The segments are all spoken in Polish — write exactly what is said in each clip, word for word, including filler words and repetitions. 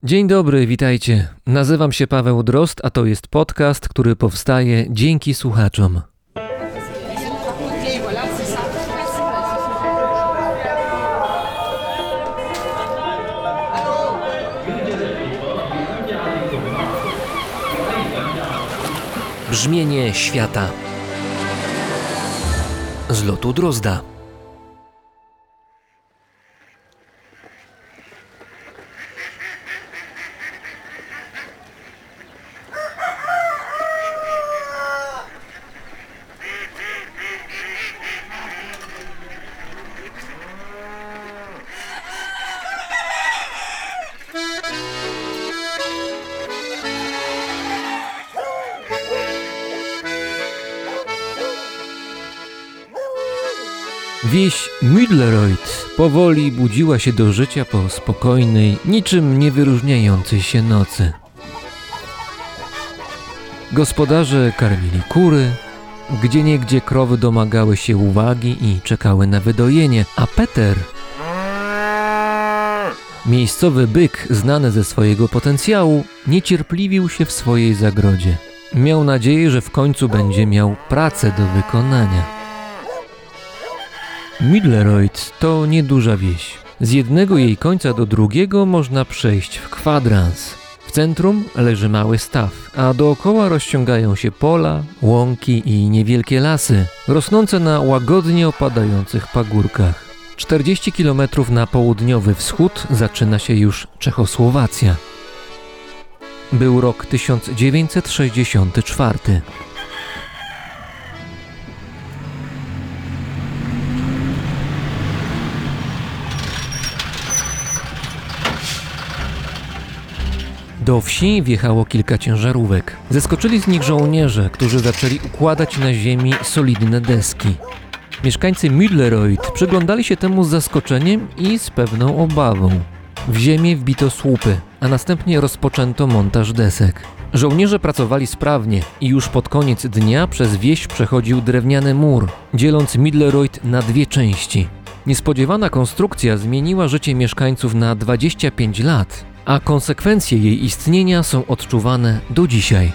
Dzień dobry, witajcie. Nazywam się Paweł Drozd, a to jest podcast, który powstaje dzięki słuchaczom. Brzmienie świata z lotu Drozda. Wieś Müdleroyd powoli budziła się do życia po spokojnej, niczym nie wyróżniającej się nocy. Gospodarze karmili kury, gdzieniegdzie krowy domagały się uwagi i czekały na wydojenie, a Peter, miejscowy byk znany ze swojego potencjału, niecierpliwił się w swojej zagrodzie. Miał nadzieję, że w końcu będzie miał pracę do wykonania. Müdleroyd to nieduża wieś. Z jednego jej końca do drugiego można przejść w kwadrans. W centrum leży mały staw, a dookoła rozciągają się pola, łąki i niewielkie lasy, rosnące na łagodnie opadających pagórkach. czterdzieści kilometrów na południowy wschód zaczyna się już Czechosłowacja. Był rok tysiąc dziewięćset sześćdziesiąty czwarty. Do wsi wjechało kilka ciężarówek. Zeskoczyli z nich żołnierze, którzy zaczęli układać na ziemi solidne deski. Mieszkańcy Müdleroyd przyglądali się temu z zaskoczeniem i z pewną obawą. W ziemię wbito słupy, a następnie rozpoczęto montaż desek. Żołnierze pracowali sprawnie i już pod koniec dnia przez wieś przechodził drewniany mur, dzieląc Müdleroyd na dwie części. Niespodziewana konstrukcja zmieniła życie mieszkańców na dwadzieścia pięć lat, a konsekwencje jej istnienia są odczuwane do dzisiaj.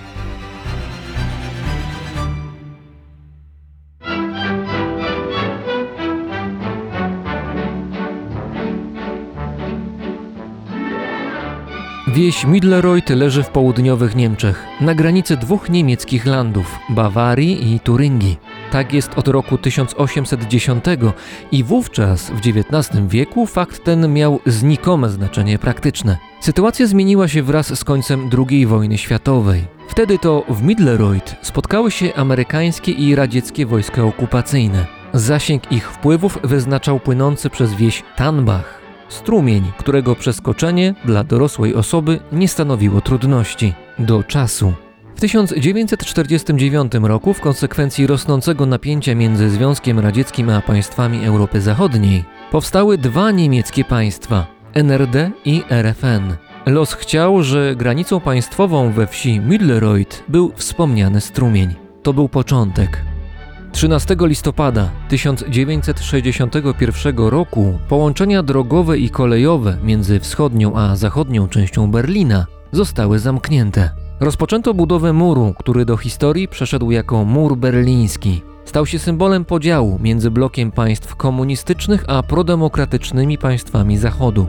Wieś Müdleroyd leży w południowych Niemczech, na granicy dwóch niemieckich landów, Bawarii i Turyngii. Tak jest od roku tysiąc osiemset dziesiątego i wówczas w dziewiętnastym wieku fakt ten miał znikome znaczenie praktyczne. Sytuacja zmieniła się wraz z końcem drugiej wojny światowej. Wtedy to w Müdleroyd spotkały się amerykańskie i radzieckie wojska okupacyjne. Zasięg ich wpływów wyznaczał płynący przez wieś Tanbach, strumień, którego przeskoczenie dla dorosłej osoby nie stanowiło trudności. Do czasu. W tysiąc dziewięćset czterdziestym dziewiątym roku w konsekwencji rosnącego napięcia między Związkiem Radzieckim a państwami Europy Zachodniej powstały dwa niemieckie państwa, N R D i R F N. Los chciał, że granicą państwową we wsi Müdleroyd był wspomniany strumień. To był początek. trzynastego listopada tysiąc dziewięćset sześćdziesiątego pierwszego roku połączenia drogowe i kolejowe między wschodnią a zachodnią częścią Berlina zostały zamknięte. Rozpoczęto budowę muru, który do historii przeszedł jako mur berliński. Stał się symbolem podziału między blokiem państw komunistycznych a prodemokratycznymi państwami Zachodu.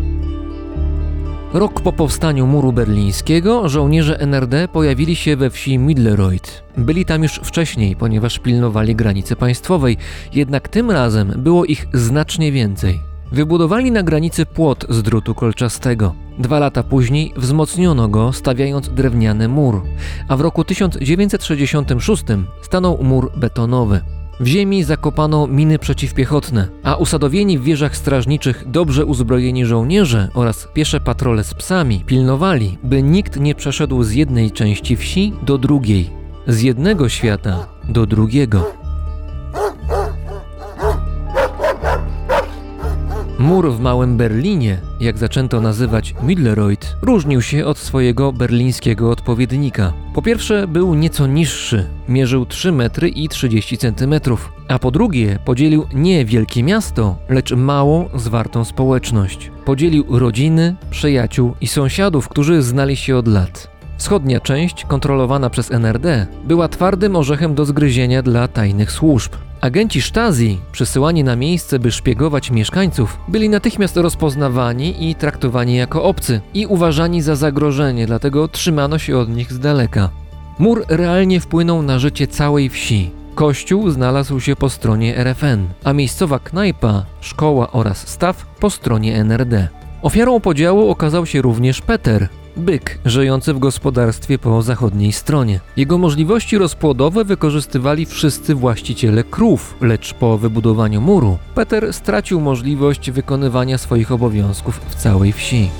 Rok po powstaniu muru berlińskiego żołnierze N R D pojawili się we wsi Müdleroyd. Byli tam już wcześniej, ponieważ pilnowali granicy państwowej, jednak tym razem było ich znacznie więcej. Wybudowali na granicy płot z drutu kolczastego. Dwa lata później wzmocniono go, stawiając drewniany mur, a w roku tysiąc dziewięćset sześćdziesiątym szóstym stanął mur betonowy. W ziemi zakopano miny przeciwpiechotne, a usadowieni w wieżach strażniczych dobrze uzbrojeni żołnierze oraz piesze patrole z psami pilnowali, by nikt nie przeszedł z jednej części wsi do drugiej, z jednego świata do drugiego. Mur w Małym Berlinie, jak zaczęto nazywać Mittleroyd, różnił się od swojego berlińskiego odpowiednika. Po pierwsze, był nieco niższy, mierzył trzy metry i trzydzieści centymetrów, a po drugie podzielił nie wielkie miasto, lecz małą, zwartą społeczność. Podzielił rodziny, przyjaciół i sąsiadów, którzy znali się od lat. Wschodnia część, kontrolowana przez N R D, była twardym orzechem do zgryzienia dla tajnych służb. Agenci Stasi, przysyłani na miejsce, by szpiegować mieszkańców, byli natychmiast rozpoznawani i traktowani jako obcy i uważani za zagrożenie, dlatego trzymano się od nich z daleka. Mur realnie wpłynął na życie całej wsi. Kościół znalazł się po stronie R F N, a miejscowa knajpa, szkoła oraz staw po stronie N R D. Ofiarą podziału okazał się również Peter, byk żyjący w gospodarstwie po zachodniej stronie. Jego możliwości rozpłodowe wykorzystywali wszyscy właściciele krów, lecz po wybudowaniu muru Peter stracił możliwość wykonywania swoich obowiązków w całej wsi.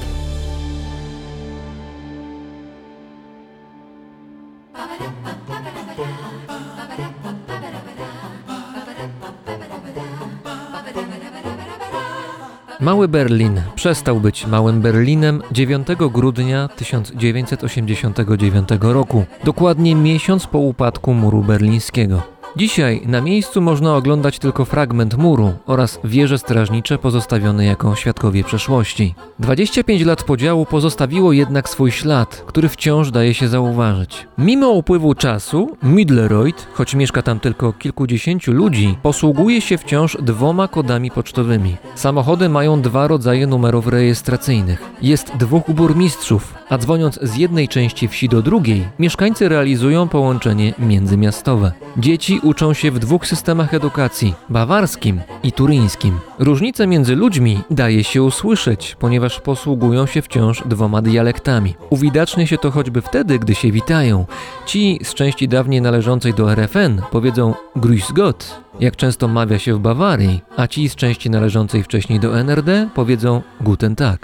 Mały Berlin przestał być Małym Berlinem dziewiątego grudnia tysiąc dziewięćset osiemdziesiątego dziewiątego roku, dokładnie miesiąc po upadku muru berlińskiego. Dzisiaj na miejscu można oglądać tylko fragment muru oraz wieże strażnicze pozostawione jako świadkowie przeszłości. dwadzieścia pięć lat podziału pozostawiło jednak swój ślad, który wciąż daje się zauważyć. Mimo upływu czasu, Mittleroyd, choć mieszka tam tylko kilkudziesięciu ludzi, posługuje się wciąż dwoma kodami pocztowymi. Samochody mają dwa rodzaje numerów rejestracyjnych. Jest dwóch burmistrzów, a dzwoniąc z jednej części wsi do drugiej, mieszkańcy realizują połączenie międzymiastowe. Dzieci uczą się w dwóch systemach edukacji, bawarskim i turyńskim. Różnice między ludźmi daje się usłyszeć, ponieważ posługują się wciąż dwoma dialektami. Uwidacznia się to choćby wtedy, gdy się witają. Ci z części dawniej należącej do R F N powiedzą Grüß Gott, jak często mawia się w Bawarii, a ci z części należącej wcześniej do N R D powiedzą Guten Tag.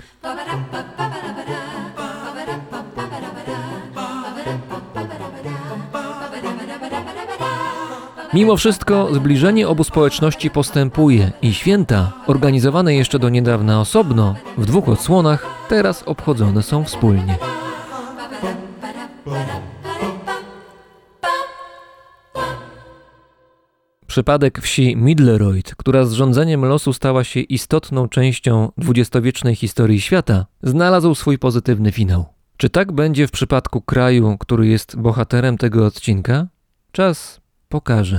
Mimo wszystko zbliżenie obu społeczności postępuje i święta, organizowane jeszcze do niedawna osobno, w dwóch odsłonach, teraz obchodzone są wspólnie. Przypadek wsi Mittleroyd, która z rządzeniem losu stała się istotną częścią dwudziestowiecznej historii świata, znalazł swój pozytywny finał. Czy tak będzie w przypadku kraju, który jest bohaterem tego odcinka? Czas pokaże.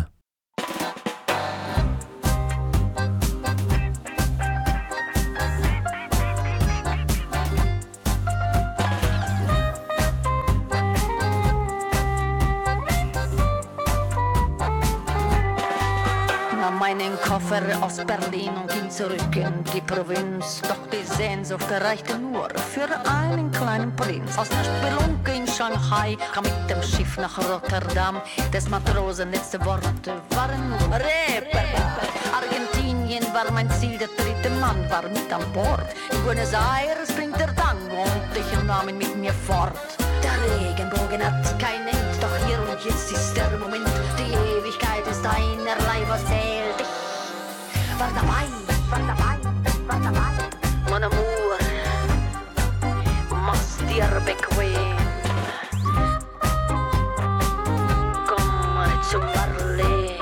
Meinen Koffer aus Berlin und ging zurück in die Provinz. Doch die Sehnsucht reichte nur für einen kleinen Prinz. Aus der Spelunke in Shanghai kam mit dem Schiff nach Rotterdam. Des Matrosen letzte Worte waren nur Reeperbahn. Argentinien war mein Ziel, der dritte Mann war mit an Bord. In Buenos Aires bringt der Tango und ich nahm ihn mit mir fort. Der Regenbogen hat kein End, doch hier und jetzt ist der Moment. Die Ewigkeit ist einerlei, was zählt. Ich war dabei, war dabei, war dabei. Mon amour, mach's dir bequem. Komm zu Berlin.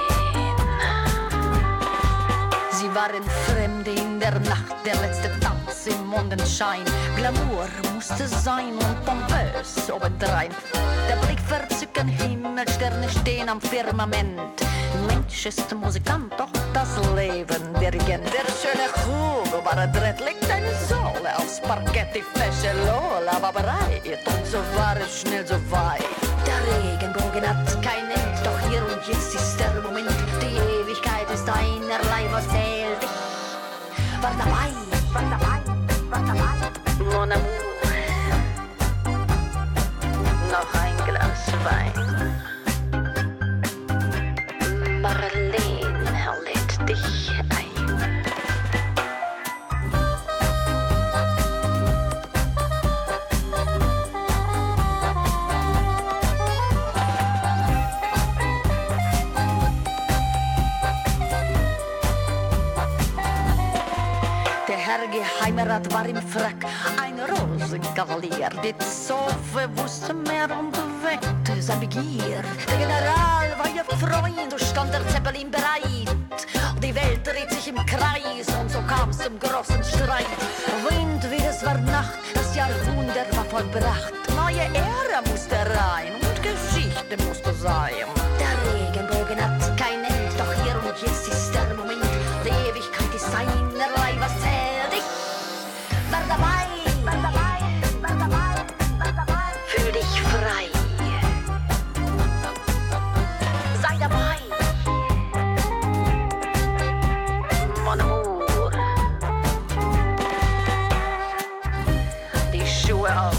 Sie waren Fremde in der Nacht, der letzte Tanz im Mondenschein. Glamour musste sein und pompös obendrein. Der Blick verzücken, Himmelsterne stehen am Firmament. Mensch ist Musikant, doch das Leben Dirigent. Der schöne Hugo Baradret legt eine Sohle aufs Parkett. Die fesche Lola war bereit und so war es schnell so weit. Der Regenbogen hat kein End, doch hier und jetzt ist der Moment. Die Ewigkeit ist einerlei, was zählt. Ich war dabei, war dabei, war dabei. Mon amour, noch ein Glas Wein. Berlin lädt dich ein. Der Herr Geheimerat war im Frack, ein Rosenkavalier. Die Zofe wusste mehr und weckte sein Begier. Der General war ihr Freund und stand der Zeppelin bereit. Die Welt dreht sich im Kreis und so kam's zum großen Streit. Wind wie es war Nacht, das Jahrhundert war vollbracht. Neue Ära musste rein und Geschichte musste sein. Der Regenbogen hat kein End, doch hier und jetzt ist der Moment. Die Ewigkeit ist einerlei, was zählt ich? War dabei, war dabei, war dabei, war dabei. Fühl dich frei. Sei dabei. Mon amour. Die Schuhe aus.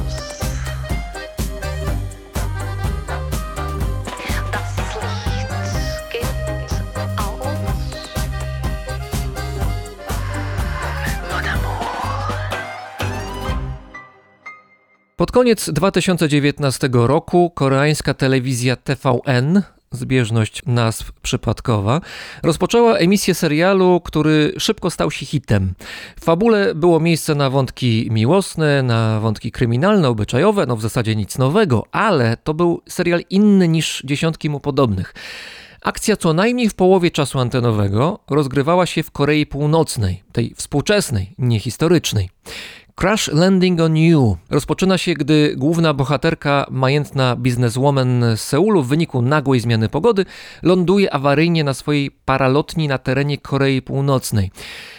Pod koniec dwa tysiące dziewiętnastego roku koreańska telewizja T V N, zbieżność nazw przypadkowa, rozpoczęła emisję serialu, który szybko stał się hitem. W fabule było miejsce na wątki miłosne, na wątki kryminalne, obyczajowe, no w zasadzie nic nowego, ale to był serial inny niż dziesiątki mu podobnych. Akcja co najmniej w połowie czasu antenowego rozgrywała się w Korei Północnej, tej współczesnej, nie historycznej. Crash Landing on You rozpoczyna się, gdy główna bohaterka, majętna bizneswoman z Seulu w wyniku nagłej zmiany pogody ląduje awaryjnie na swojej paralotni na terenie Korei Północnej.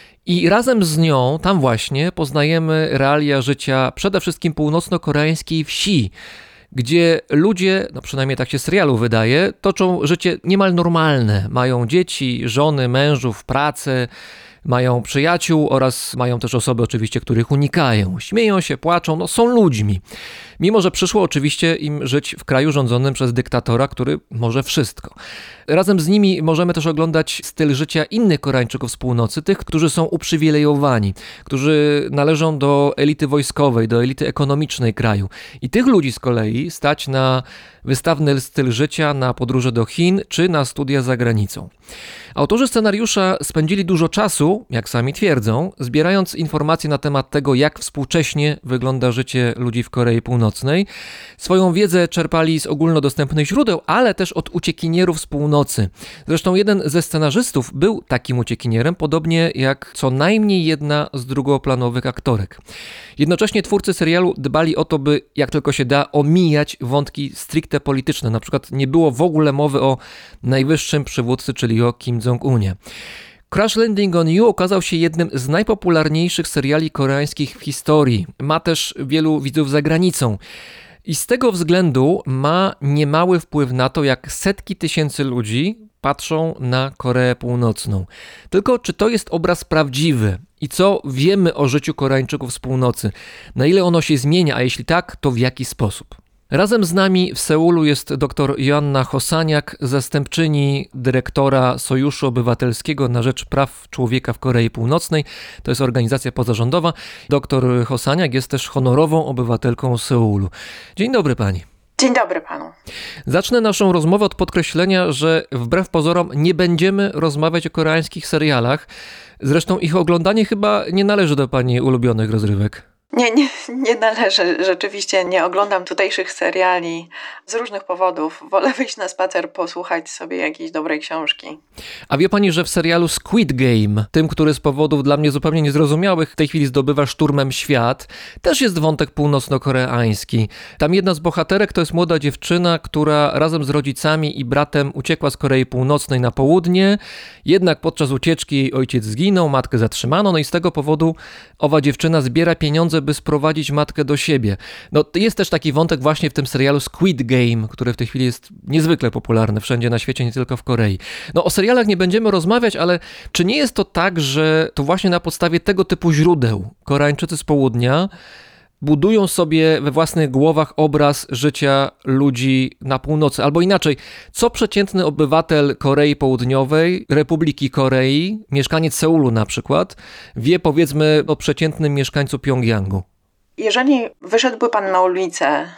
I razem z nią tam właśnie poznajemy realia życia przede wszystkim północno-koreańskiej wsi, gdzie ludzie, no przynajmniej tak się serialu wydaje, toczą życie niemal normalne. Mają dzieci, żony, mężów, pracę, mają przyjaciół oraz mają też osoby oczywiście, których unikają. Śmieją się, płaczą, no są ludźmi. Mimo że przyszło oczywiście im żyć w kraju rządzonym przez dyktatora, który może wszystko. Razem z nimi możemy też oglądać styl życia innych Koreańczyków z północy, tych, którzy są uprzywilejowani, którzy należą do elity wojskowej, do elity ekonomicznej kraju. I tych ludzi z kolei stać na wystawny styl życia, na podróże do Chin czy na studia za granicą. Autorzy scenariusza spędzili dużo czasu, jak sami twierdzą, zbierając informacje na temat tego, jak współcześnie wygląda życie ludzi w Korei Północnej. Swoją wiedzę czerpali z ogólnodostępnych źródeł, ale też od uciekinierów z północy. Zresztą jeden ze scenarzystów był takim uciekinierem, podobnie jak co najmniej jedna z drugoplanowych aktorek. Jednocześnie twórcy serialu dbali o to, by jak tylko się da omijać wątki stricte polityczne. Na przykład nie było w ogóle mowy o najwyższym przywódcy, czyli o Kim Jong-unie. Crash Landing on You okazał się jednym z najpopularniejszych seriali koreańskich w historii. Ma też wielu widzów za granicą. I z tego względu ma niemały wpływ na to, jak setki tysięcy ludzi patrzą na Koreę Północną. Tylko czy to jest obraz prawdziwy? I co wiemy o życiu Koreańczyków z północy? Na ile ono się zmienia, a jeśli tak, to w jaki sposób? Razem z nami w Seulu jest dr Joanna Hosaniak, zastępczyni dyrektora Sojuszu Obywatelskiego na rzecz praw człowieka w Korei Północnej. To jest organizacja pozarządowa. Doktor Hosaniak jest też honorową obywatelką Seulu. Dzień dobry pani. Dzień dobry panu. Zacznę naszą rozmowę od podkreślenia, że wbrew pozorom nie będziemy rozmawiać o koreańskich serialach. Zresztą ich oglądanie chyba nie należy do pani ulubionych rozrywek. Nie, nie, nie należy. Rzeczywiście nie oglądam tutejszych seriali z różnych powodów. Wolę wyjść na spacer, posłuchać sobie jakiejś dobrej książki. A wie pani, że w serialu Squid Game, tym, który z powodów dla mnie zupełnie niezrozumiałych w tej chwili zdobywa szturmem świat, też jest wątek północno-koreański. Tam jedna z bohaterek to jest młoda dziewczyna, która razem z rodzicami i bratem uciekła z Korei Północnej na południe, jednak podczas ucieczki jej ojciec zginął, matkę zatrzymano, no i z tego powodu owa dziewczyna zbiera pieniądze, by sprowadzić matkę do siebie. No jest też taki wątek właśnie w tym serialu Squid Game, który w tej chwili jest niezwykle popularny wszędzie na świecie, nie tylko w Korei. No o serialach nie będziemy rozmawiać, ale czy nie jest to tak, że to właśnie na podstawie tego typu źródeł Koreańczycy z południa budują sobie we własnych głowach obraz życia ludzi na północy? Albo inaczej, co przeciętny obywatel Korei Południowej, Republiki Korei, mieszkaniec Seulu na przykład, wie powiedzmy o przeciętnym mieszkańcu Pjongjangu? Jeżeli wyszedłby pan na ulicę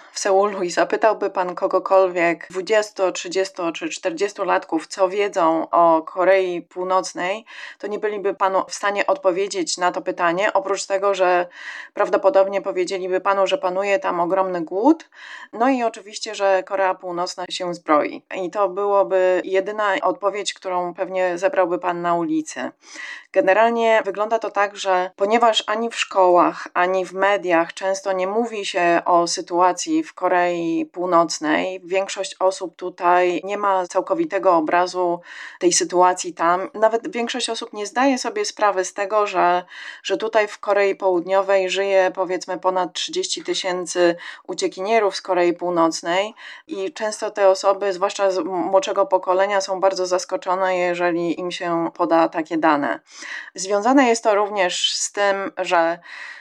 w Seulu i zapytałby pan kogokolwiek, dwudziestu, trzydziestu czy czterdziestolatków, co wiedzą o Korei Północnej, to nie byliby panu w stanie odpowiedzieć na to pytanie, oprócz tego, że prawdopodobnie powiedzieliby panu, że panuje tam ogromny głód, no i oczywiście, że Korea Północna się zbroi. I to byłoby jedyna odpowiedź, którą pewnie zebrałby pan na ulicy. Generalnie wygląda to tak, że ponieważ ani w szkołach, ani w mediach często nie mówi się o sytuacji w Korei Północnej, większość osób tutaj nie ma całkowitego obrazu tej sytuacji tam. Nawet większość osób nie zdaje sobie sprawy z tego, że, że tutaj w Korei Południowej żyje powiedzmy ponad trzydzieści tysięcy uciekinierów z Korei Północnej i często te osoby, zwłaszcza z młodszego pokolenia, są bardzo zaskoczone, jeżeli im się poda takie dane. Związane jest to również z tym, że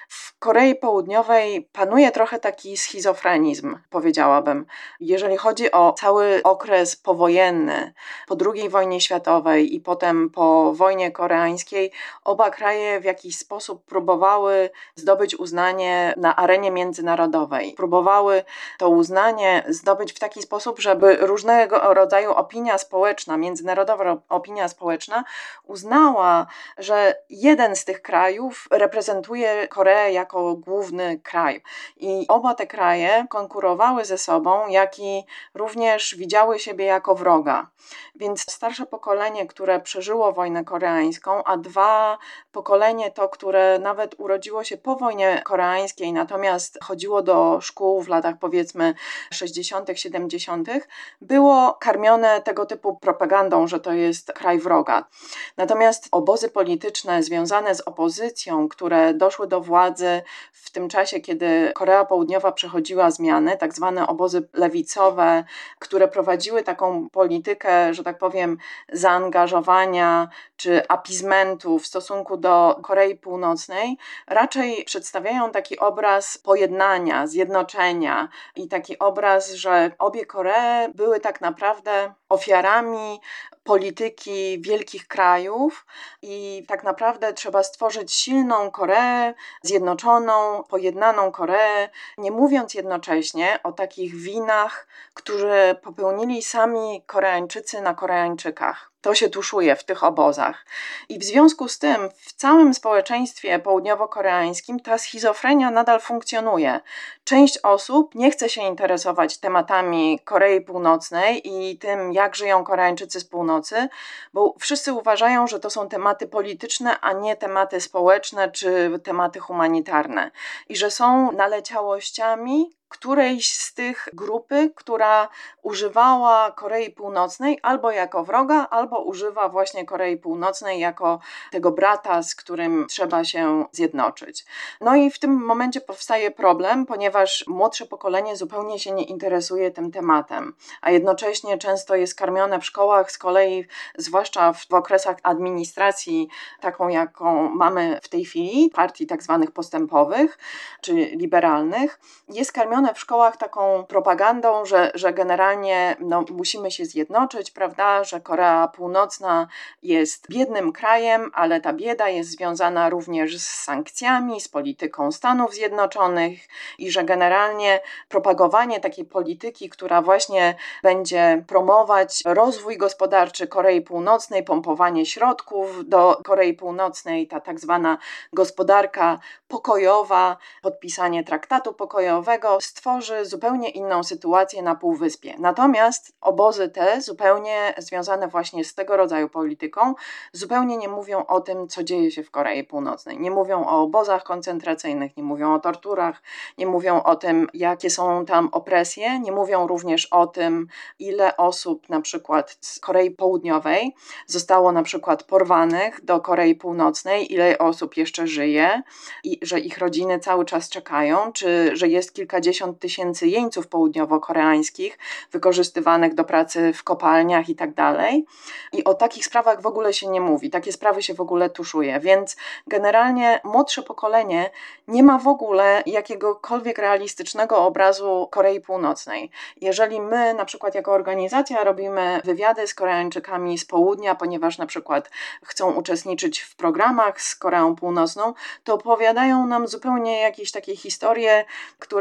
w Korei Południowej panuje trochę taki schizofrenizm, powiedziałabym. Jeżeli chodzi o cały okres powojenny, po drugiej wojnie światowej i potem po wojnie koreańskiej, oba kraje w jakiś sposób próbowały zdobyć uznanie na arenie międzynarodowej. Próbowały to uznanie zdobyć w taki sposób, żeby różnego rodzaju opinia społeczna, międzynarodowa opinia społeczna uznała, że jeden z tych krajów reprezentuje Koreę jako główny kraj. I oba te kraje konkurowały ze sobą, jak i również widziały siebie jako wroga. Więc starsze pokolenie, które przeżyło wojnę koreańską, a dwa pokolenie to, które nawet urodziło się po wojnie koreańskiej, natomiast chodziło do szkół w latach powiedzmy sześćdziesiątych, siedemdziesiątych, było karmione tego typu propagandą, że to jest kraj wroga. Natomiast obozy polityczne związane z opozycją, które doszły do władzy w tym czasie, kiedy Korea Południowa przechodziła zmiany, tak zwane obozy lewicowe, które prowadziły taką politykę, że tak powiem, zaangażowania czy apizmentu w stosunku do Korei Północnej, raczej przedstawiają taki obraz pojednania, zjednoczenia i taki obraz, że obie Koree były tak naprawdę ofiarami polityki wielkich krajów i tak naprawdę trzeba stworzyć silną Koreę, zjednoczoną, pojednaną Koreę, nie mówiąc jednocześnie o takich winach, które popełnili sami Koreańczycy na Koreańczykach. To się tuszuje w tych obozach. I w związku z tym w całym społeczeństwie południowo-koreańskim ta schizofrenia nadal funkcjonuje. Część osób nie chce się interesować tematami Korei Północnej i tym, jak żyją Koreańczycy z północy, bo wszyscy uważają, że to są tematy polityczne, a nie tematy społeczne czy tematy humanitarne. I że są naleciałościami którejś z tych grupy, która używała Korei Północnej albo jako wroga, albo używa właśnie Korei Północnej jako tego brata, z którym trzeba się zjednoczyć. No i w tym momencie powstaje problem, ponieważ młodsze pokolenie zupełnie się nie interesuje tym tematem, a jednocześnie często jest karmione w szkołach, z kolei zwłaszcza w, w okresach administracji, taką jaką mamy w tej chwili, partii tak zwanych postępowych czy liberalnych, jest karmione w szkołach taką propagandą, że, że generalnie no, musimy się zjednoczyć, prawda, że Korea Północna jest biednym krajem, ale ta bieda jest związana również z sankcjami, z polityką Stanów Zjednoczonych i że generalnie propagowanie takiej polityki, która właśnie będzie promować rozwój gospodarczy Korei Północnej, pompowanie środków do Korei Północnej, ta tak zwana gospodarka pokojowa, podpisanie traktatu pokojowego stworzy zupełnie inną sytuację na Półwyspie. Natomiast obozy te, zupełnie związane właśnie z tego rodzaju polityką, zupełnie nie mówią o tym, co dzieje się w Korei Północnej. Nie mówią o obozach koncentracyjnych, nie mówią o torturach, nie mówią o tym, jakie są tam opresje, nie mówią również o tym, ile osób na przykład z Korei Południowej zostało na przykład porwanych do Korei Północnej, ile osób jeszcze żyje i że ich rodziny cały czas czekają, czy że jest kilkadziesiąt tysięcy jeńców południowo-koreańskich wykorzystywanych do pracy w kopalniach i tak dalej. I o takich sprawach w ogóle się nie mówi. Takie sprawy się w ogóle tuszuje. Więc generalnie młodsze pokolenie nie ma w ogóle jakiegokolwiek realistycznego obrazu Korei Północnej. Jeżeli my na przykład jako organizacja robimy wywiady z Koreańczykami z południa, ponieważ na przykład chcą uczestniczyć w programach z Koreą Północną, to opowiadają nam zupełnie jakieś takie historie, które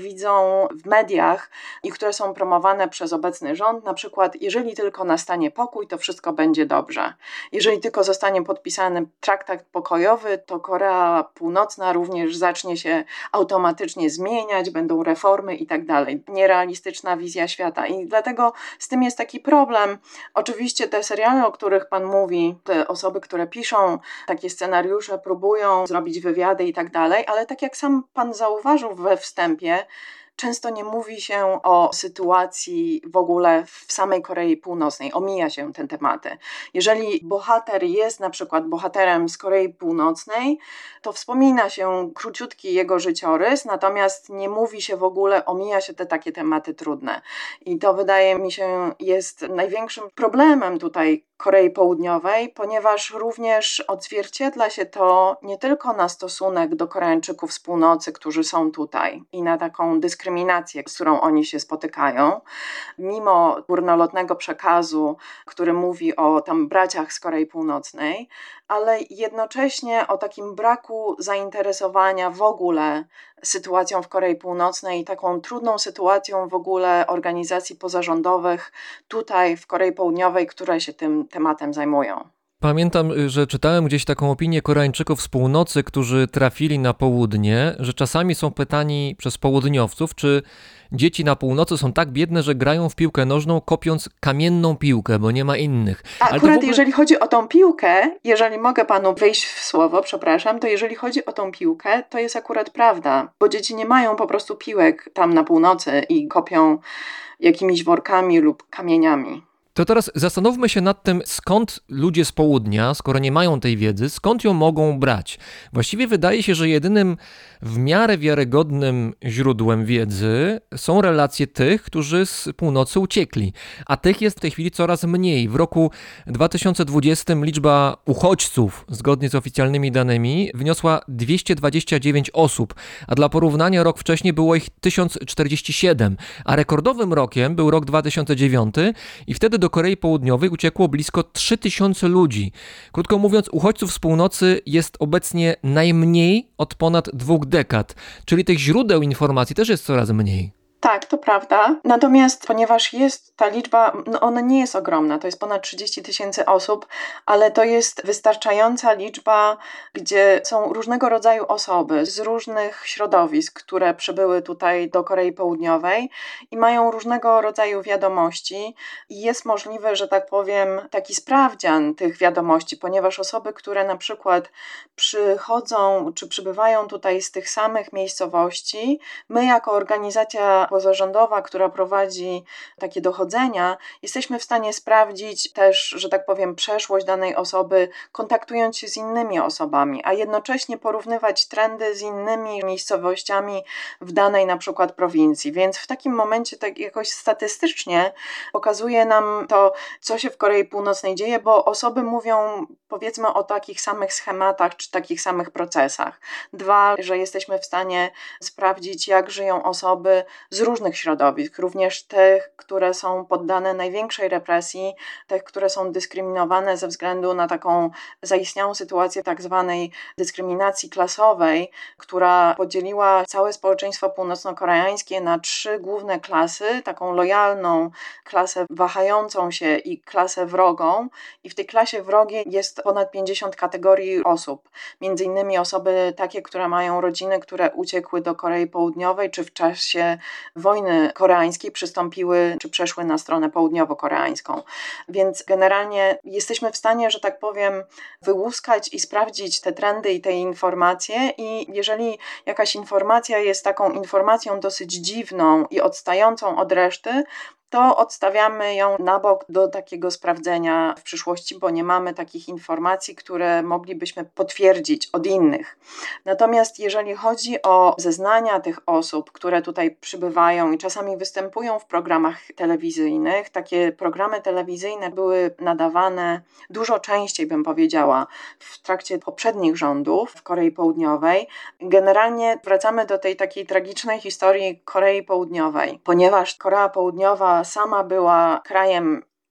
widzą w mediach i które są promowane przez obecny rząd, na przykład jeżeli tylko nastanie pokój, to wszystko będzie dobrze. Jeżeli tylko zostanie podpisany traktat pokojowy, to Korea Północna również zacznie się automatycznie zmieniać, będą reformy i tak dalej. Nierealistyczna wizja świata i dlatego z tym jest taki problem. Oczywiście te seriale, o których Pan mówi, te osoby, które piszą takie scenariusze, próbują zrobić wywiady i tak dalej, ale tak jak sam Pan zauważył we wstępie, często nie mówi się o sytuacji w ogóle w samej Korei Północnej, omija się te tematy. Jeżeli bohater jest na przykład bohaterem z Korei Północnej, to wspomina się króciutki jego życiorys, natomiast nie mówi się w ogóle, omija się te takie tematy trudne. I to wydaje mi się jest największym problemem tutaj Korei Południowej, ponieważ również odzwierciedla się to nie tylko na stosunek do Koreańczyków z północy, którzy są tutaj i na taką dyskryminację, z którą oni się spotykają, mimo górnolotnego przekazu, który mówi o tam braciach z Korei Północnej, ale jednocześnie o takim braku zainteresowania w ogóle sytuacją w Korei Północnej i taką trudną sytuacją w ogóle organizacji pozarządowych tutaj w Korei Południowej, które się tym tematem zajmują. Pamiętam, że czytałem gdzieś taką opinię Koreańczyków z północy, którzy trafili na południe, że czasami są pytani przez południowców, czy dzieci na północy są tak biedne, że grają w piłkę nożną, kopiąc kamienną piłkę, bo nie ma innych. A Ale akurat to w ogóle... jeżeli chodzi o tą piłkę, jeżeli mogę panu wejść w słowo, przepraszam, to jeżeli chodzi o tą piłkę, to jest akurat prawda, bo dzieci nie mają po prostu piłek tam na północy i kopią jakimiś workami lub kamieniami. To teraz zastanówmy się nad tym, skąd ludzie z południa, skoro nie mają tej wiedzy, skąd ją mogą brać. Właściwie wydaje się, że jedynym w miarę wiarygodnym źródłem wiedzy są relacje tych, którzy z północy uciekli, a tych jest w tej chwili coraz mniej. W roku dwa tysiące dwudziestym liczba uchodźców, zgodnie z oficjalnymi danymi, wyniosła dwieście dwadzieścia dziewięć osób, a dla porównania rok wcześniej było ich tysiąc czterdzieści siedem, a rekordowym rokiem był rok dwa tysiące dziewiąty i wtedy do Korei Południowej uciekło blisko trzy tysiące ludzi. Krótko mówiąc, uchodźców z północy jest obecnie najmniej od ponad dwóch dekad, czyli tych źródeł informacji też jest coraz mniej. Tak, to prawda. Natomiast ponieważ jest ta liczba, no ona nie jest ogromna, to jest ponad trzydzieści tysięcy osób, ale to jest wystarczająca liczba, gdzie są różnego rodzaju osoby z różnych środowisk, które przybyły tutaj do Korei Południowej i mają różnego rodzaju wiadomości i jest możliwe, że tak powiem, taki sprawdzian tych wiadomości, ponieważ osoby, które na przykład przychodzą czy przybywają tutaj z tych samych miejscowości, my jako organizacja pozarządowa, która prowadzi takie dochodzenia, jesteśmy w stanie sprawdzić też, że tak powiem, przeszłość danej osoby, kontaktując się z innymi osobami, a jednocześnie porównywać trendy z innymi miejscowościami w danej na przykład prowincji. Więc w takim momencie tak jakoś statystycznie pokazuje nam to, co się w Korei Północnej dzieje, bo osoby mówią powiedzmy o takich samych schematach czy takich samych procesach. Dwa, że jesteśmy w stanie sprawdzić, jak żyją osoby z różnych środowisk, również tych, które są poddane największej represji, tych, które są dyskryminowane ze względu na taką zaistniałą sytuację tak zwanej dyskryminacji klasowej, która podzieliła całe społeczeństwo północno-koreańskie na trzy główne klasy, taką lojalną klasę wahającą się i klasę wrogą i w tej klasie wrogiej jest ponad pięćdziesiąt kategorii osób, między innymi osoby takie, które mają rodziny, które uciekły do Korei Południowej, czy w czasie wojny koreańskiej przystąpiły, czy przeszły na stronę południowo-koreańską. Więc generalnie jesteśmy w stanie, że tak powiem, wyłuskać i sprawdzić te trendy i te informacje i jeżeli jakaś informacja jest taką informacją dosyć dziwną i odstającą od reszty, to odstawiamy ją na bok do takiego sprawdzenia w przyszłości, bo nie mamy takich informacji, które moglibyśmy potwierdzić od innych. Natomiast jeżeli chodzi o zeznania tych osób, które tutaj przybywają i czasami występują w programach telewizyjnych, takie programy telewizyjne były nadawane dużo częściej, bym powiedziała, w trakcie poprzednich rządów w Korei Południowej. Generalnie wracamy do tej takiej tragicznej historii Korei Południowej, ponieważ Korea Południowa sama była krajem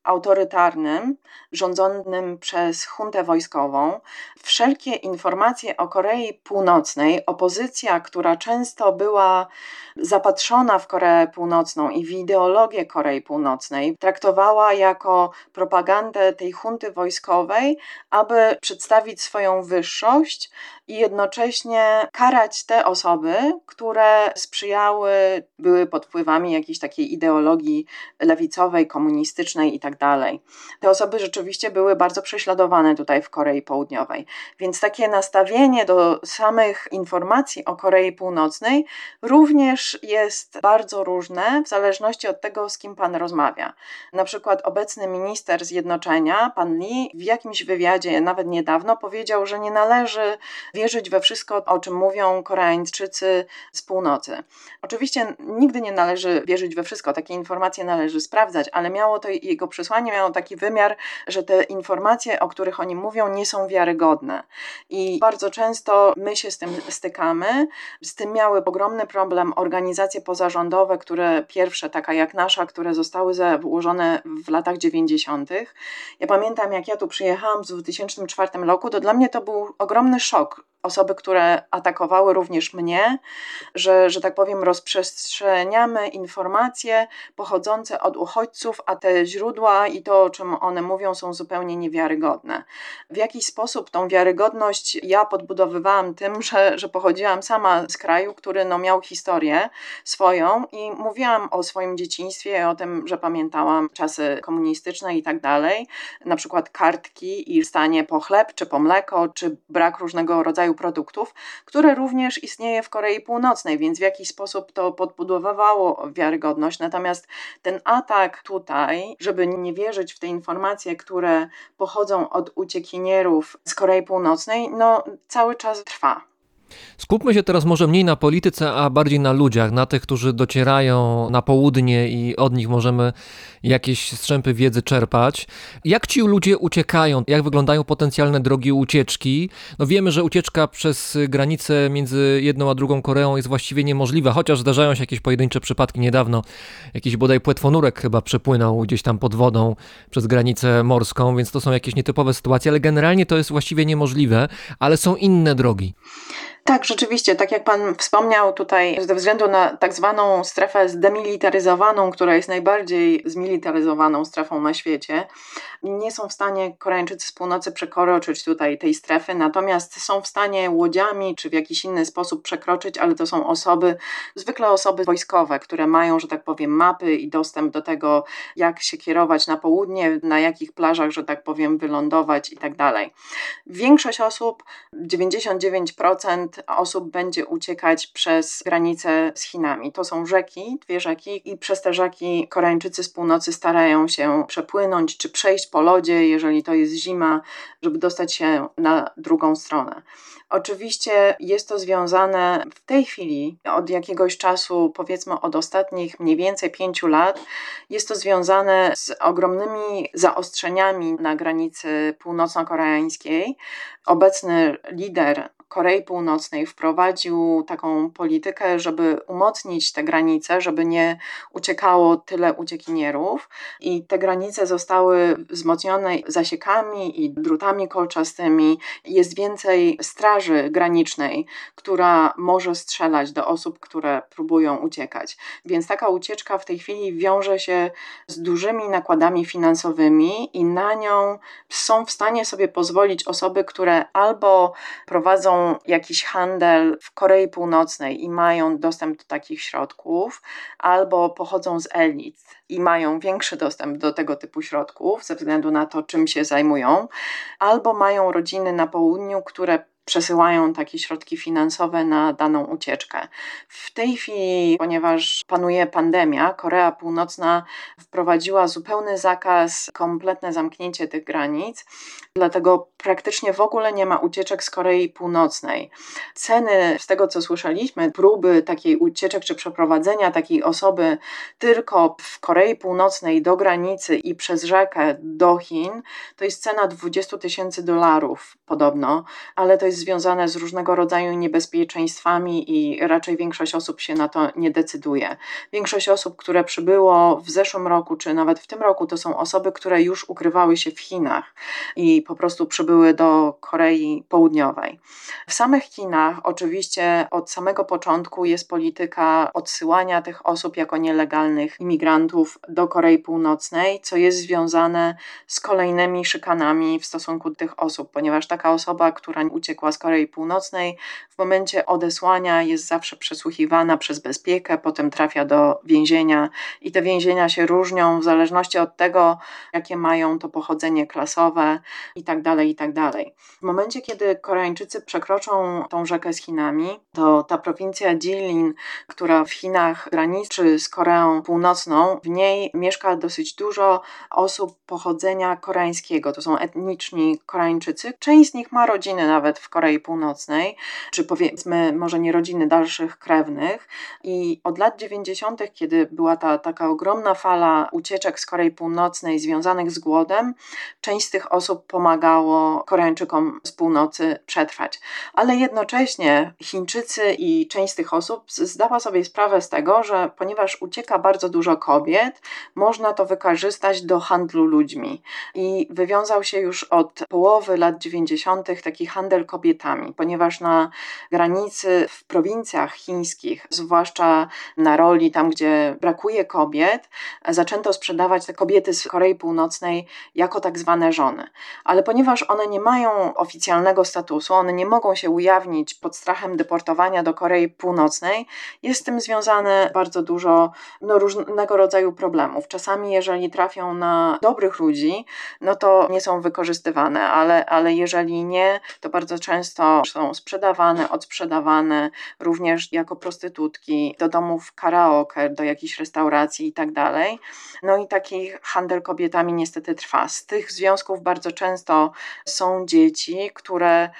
autorytarnym, rządzonym przez juntę wojskową. Wszelkie informacje o Korei Północnej, opozycja, która często była zapatrzona w Koreę Północną i w ideologię Korei Północnej, traktowała jako propagandę tej junty wojskowej, aby przedstawić swoją wyższość i jednocześnie karać te osoby, które sprzyjały, były pod wpływami jakiejś takiej ideologii lewicowej, komunistycznej i tak dalej. Te osoby rzeczywiście były bardzo prześladowane tutaj w Korei Południowej. Więc takie nastawienie do samych informacji o Korei Północnej również jest bardzo różne w zależności od tego, z kim pan rozmawia. Na przykład obecny minister Zjednoczenia, pan Lee, w jakimś wywiadzie nawet niedawno powiedział, że nie należy wierzyć we wszystko, o czym mówią Koreańczycy z północy. Oczywiście nigdy nie należy wierzyć we wszystko, takie informacje należy sprawdzać, ale miało to, jego przesłanie miało taki wymiar, że te informacje, o których oni mówią, nie są wiarygodne. I bardzo często my się z tym stykamy. Z tym miały ogromny problem organizacje pozarządowe, które pierwsze, taka jak nasza, które zostały założone w latach dziewięćdziesiątych. Ja pamiętam, jak ja tu przyjechałam w dwa tysiące czwartym roku, to dla mnie to był ogromny szok. Osoby, które atakowały również mnie, że, że tak powiem, rozprzestrzeniamy informacje pochodzące od uchodźców, a te źródła i to, o czym one mówią, są zupełnie niewiarygodne. W jakiś sposób tą wiarygodność ja podbudowywałam tym, że, że pochodziłam sama z kraju, który no, miał historię swoją i mówiłam o swoim dzieciństwie, o tym, że pamiętałam czasy komunistyczne i tak dalej, na przykład kartki i stanie po chleb, czy po mleko, czy brak różnego rodzaju produktów, które również istnieje w Korei Północnej, więc w jakiś sposób to podbudowywało wiarygodność. Natomiast ten atak tutaj, żeby nie wierzyć w te informacje, które pochodzą od uciekinierów z Korei Północnej, no cały czas trwa. Skupmy się teraz może mniej na polityce, a bardziej na ludziach, na tych, którzy docierają na południe i od nich możemy jakieś strzępy wiedzy czerpać. Jak ci ludzie uciekają? Jak wyglądają potencjalne drogi ucieczki? No wiemy, że ucieczka przez granicę między jedną a drugą Koreą jest właściwie niemożliwa, chociaż zdarzają się jakieś pojedyncze przypadki. Niedawno jakiś bodaj płetwonurek chyba przepłynął gdzieś tam pod wodą przez granicę morską, więc to są jakieś nietypowe sytuacje, ale generalnie to jest właściwie niemożliwe, ale są inne drogi. Tak, rzeczywiście, tak jak pan wspomniał tutaj, ze względu na tak zwaną strefę zdemilitaryzowaną, która jest najbardziej zmilitaryzowaną strefą na świecie, nie są w stanie Koreańczycy z północy przekroczyć tutaj tej strefy, natomiast są w stanie łodziami czy w jakiś inny sposób przekroczyć, ale to są osoby, zwykle osoby wojskowe, które mają, że tak powiem, mapy i dostęp do tego, jak się kierować na południe, na jakich plażach, że tak powiem, wylądować i tak dalej. Większość osób, dziewięćdziesiąt dziewięć procent osób będzie uciekać przez granicę z Chinami. To są rzeki, dwie rzeki i przez te rzeki Koreańczycy z północy starają się przepłynąć czy przejść po lodzie, jeżeli to jest zima, żeby dostać się na drugą stronę. Oczywiście jest to związane w tej chwili, od jakiegoś czasu, powiedzmy od ostatnich mniej więcej pięciu lat, jest to związane z ogromnymi zaostrzeniami na granicy północno-koreańskiej. Obecny lider Korei Północnej wprowadził taką politykę, żeby umocnić te granice, żeby nie uciekało tyle uciekinierów i te granice zostały wzmocnione zasiekami i drutami kolczastymi. Jest więcej straży granicznej, która może strzelać do osób, które próbują uciekać. Więc taka ucieczka w tej chwili wiąże się z dużymi nakładami finansowymi i na nią są w stanie sobie pozwolić osoby, które albo prowadzą jakiś handel w Korei Północnej i mają dostęp do takich środków, albo pochodzą z elit i mają większy dostęp do tego typu środków ze względu na to, czym się zajmują, albo mają rodziny na południu, które przesyłają takie środki finansowe na daną ucieczkę. W tej chwili, ponieważ panuje pandemia, Korea Północna wprowadziła zupełny zakaz, kompletne zamknięcie tych granic, dlatego praktycznie w ogóle nie ma ucieczek z Korei Północnej. Ceny, z tego co słyszeliśmy, próby takiej ucieczek czy przeprowadzenia takiej osoby tylko w Korei Północnej do granicy i przez rzekę do Chin, to jest cena dwadzieścia tysięcy dolarów podobno, ale to jest jest związane z różnego rodzaju niebezpieczeństwami i raczej większość osób się na to nie decyduje. Większość osób, które przybyło w zeszłym roku, czy nawet w tym roku, to są osoby, które już ukrywały się w Chinach i po prostu przybyły do Korei Południowej. W samych Chinach oczywiście od samego początku jest polityka odsyłania tych osób jako nielegalnych imigrantów do Korei Północnej, co jest związane z kolejnymi szykanami w stosunku do tych osób, ponieważ taka osoba, która uciekła z Korei Północnej, w momencie odesłania jest zawsze przesłuchiwana przez bezpiekę, potem trafia do więzienia i te więzienia się różnią w zależności od tego, jakie mają to pochodzenie klasowe i tak dalej, i tak dalej. W momencie, kiedy Koreańczycy przekroczą tą rzekę z Chinami, to ta prowincja Jilin, która w Chinach graniczy z Koreą Północną, w niej mieszka dosyć dużo osób pochodzenia koreańskiego. To są etniczni Koreańczycy. Część z nich ma rodziny nawet w Korei Północnej, czy powiedzmy może nie rodziny dalszych krewnych. I od lat dziewięćdziesiątych, kiedy była ta taka ogromna fala ucieczek z Korei Północnej związanych z głodem, część z tych osób pomagało Koreańczykom z północy przetrwać. Ale jednocześnie Chińczycy i część z tych osób zdała sobie sprawę z tego, że ponieważ ucieka bardzo dużo kobiet, można to wykorzystać do handlu ludźmi. I wywiązał się już od połowy lat dziewięćdziesiątych taki handel kobietami, ponieważ na granicy w prowincjach chińskich, zwłaszcza na roli tam, gdzie brakuje kobiet, zaczęto sprzedawać te kobiety z Korei Północnej jako tak zwane żony. Ale ponieważ one nie mają oficjalnego statusu, one nie mogą się ujawnić pod strachem deportowania do Korei Północnej, jest z tym związane bardzo dużo no, różnego rodzaju problemów. Czasami jeżeli trafią na dobrych ludzi, no to nie są wykorzystywane, ale, ale jeżeli nie, to bardzo często są sprzedawane, odsprzedawane również jako prostytutki do domów karaoke, do jakichś restauracji i tak dalej. No i taki handel kobietami niestety trwa. Z tych związków bardzo często są dzieci, które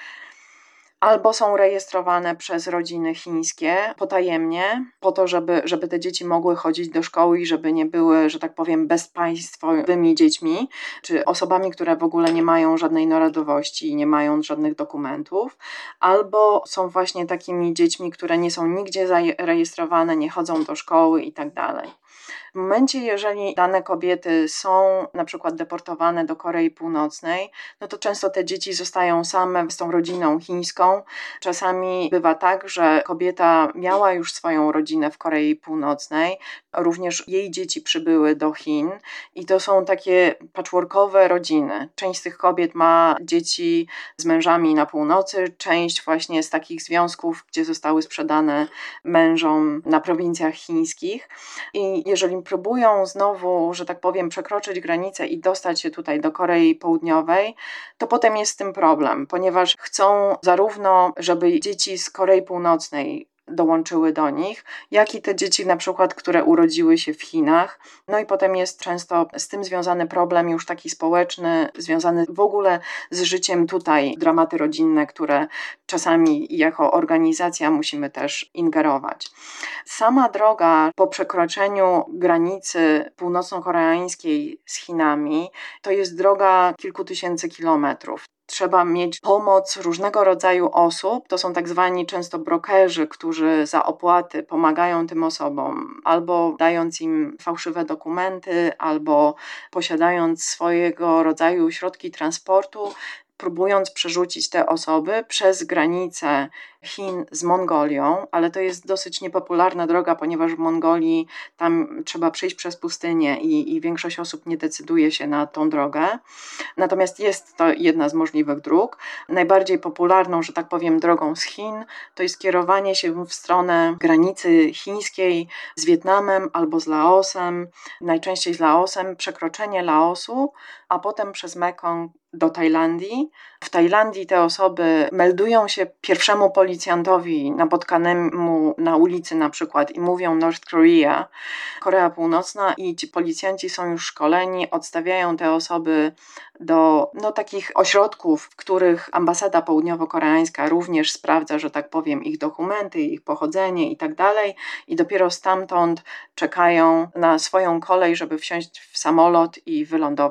albo są rejestrowane przez rodziny chińskie potajemnie, po to, żeby, żeby te dzieci mogły chodzić do szkoły i żeby nie były, że tak powiem, bezpaństwowymi dziećmi, czy osobami, które w ogóle nie mają żadnej narodowości i nie mają żadnych dokumentów, albo są właśnie takimi dziećmi, które nie są nigdzie zarejestrowane, nie chodzą do szkoły i tak dalej. W momencie, jeżeli dane kobiety są na przykład deportowane do Korei Północnej, no to często te dzieci zostają same z tą rodziną chińską. Czasami bywa tak, że kobieta miała już swoją rodzinę w Korei Północnej, również jej dzieci przybyły do Chin i to są takie patchworkowe rodziny. Część z tych kobiet ma dzieci z mężami na północy, część właśnie z takich związków, gdzie zostały sprzedane mężom na prowincjach chińskich. I jeżeli próbują znowu, że tak powiem, przekroczyć granicę i dostać się tutaj do Korei Południowej, to potem jest z tym problem, ponieważ chcą zarówno, żeby dzieci z Korei Północnej dołączyły do nich, jak i te dzieci na przykład, które urodziły się w Chinach. No i potem jest często z tym związany problem już taki społeczny, związany w ogóle z życiem tutaj, dramaty rodzinne, które czasami jako organizacja musimy też ingerować. Sama droga po przekroczeniu granicy północno-koreańskiej z Chinami to jest droga kilku tysięcy kilometrów. Trzeba mieć pomoc różnego rodzaju osób, to są tak zwani często brokerzy, którzy za opłaty pomagają tym osobom, albo dając im fałszywe dokumenty, albo posiadając swojego rodzaju środki transportu, próbując przerzucić te osoby przez granicę Chin z Mongolią, ale to jest dosyć niepopularna droga, ponieważ w Mongolii tam trzeba przejść przez pustynię i, i większość osób nie decyduje się na tą drogę. Natomiast jest to jedna z możliwych dróg. Najbardziej popularną, że tak powiem, drogą z Chin to jest kierowanie się w stronę granicy chińskiej z Wietnamem albo z Laosem, najczęściej z Laosem, przekroczenie Laosu, a potem przez Mekong do Tajlandii. W Tajlandii te osoby meldują się pierwszemu policjantowi napotkanemu na ulicy na przykład i mówią North Korea, Korea Północna, i ci policjanci są już szkoleni, odstawiają te osoby do no, takich ośrodków, w których ambasada południowo-koreańska również sprawdza, że tak powiem, ich dokumenty, ich pochodzenie i tak dalej, i dopiero stamtąd czekają na swoją kolej, żeby wsiąść w samolot i wylądować w Seulu.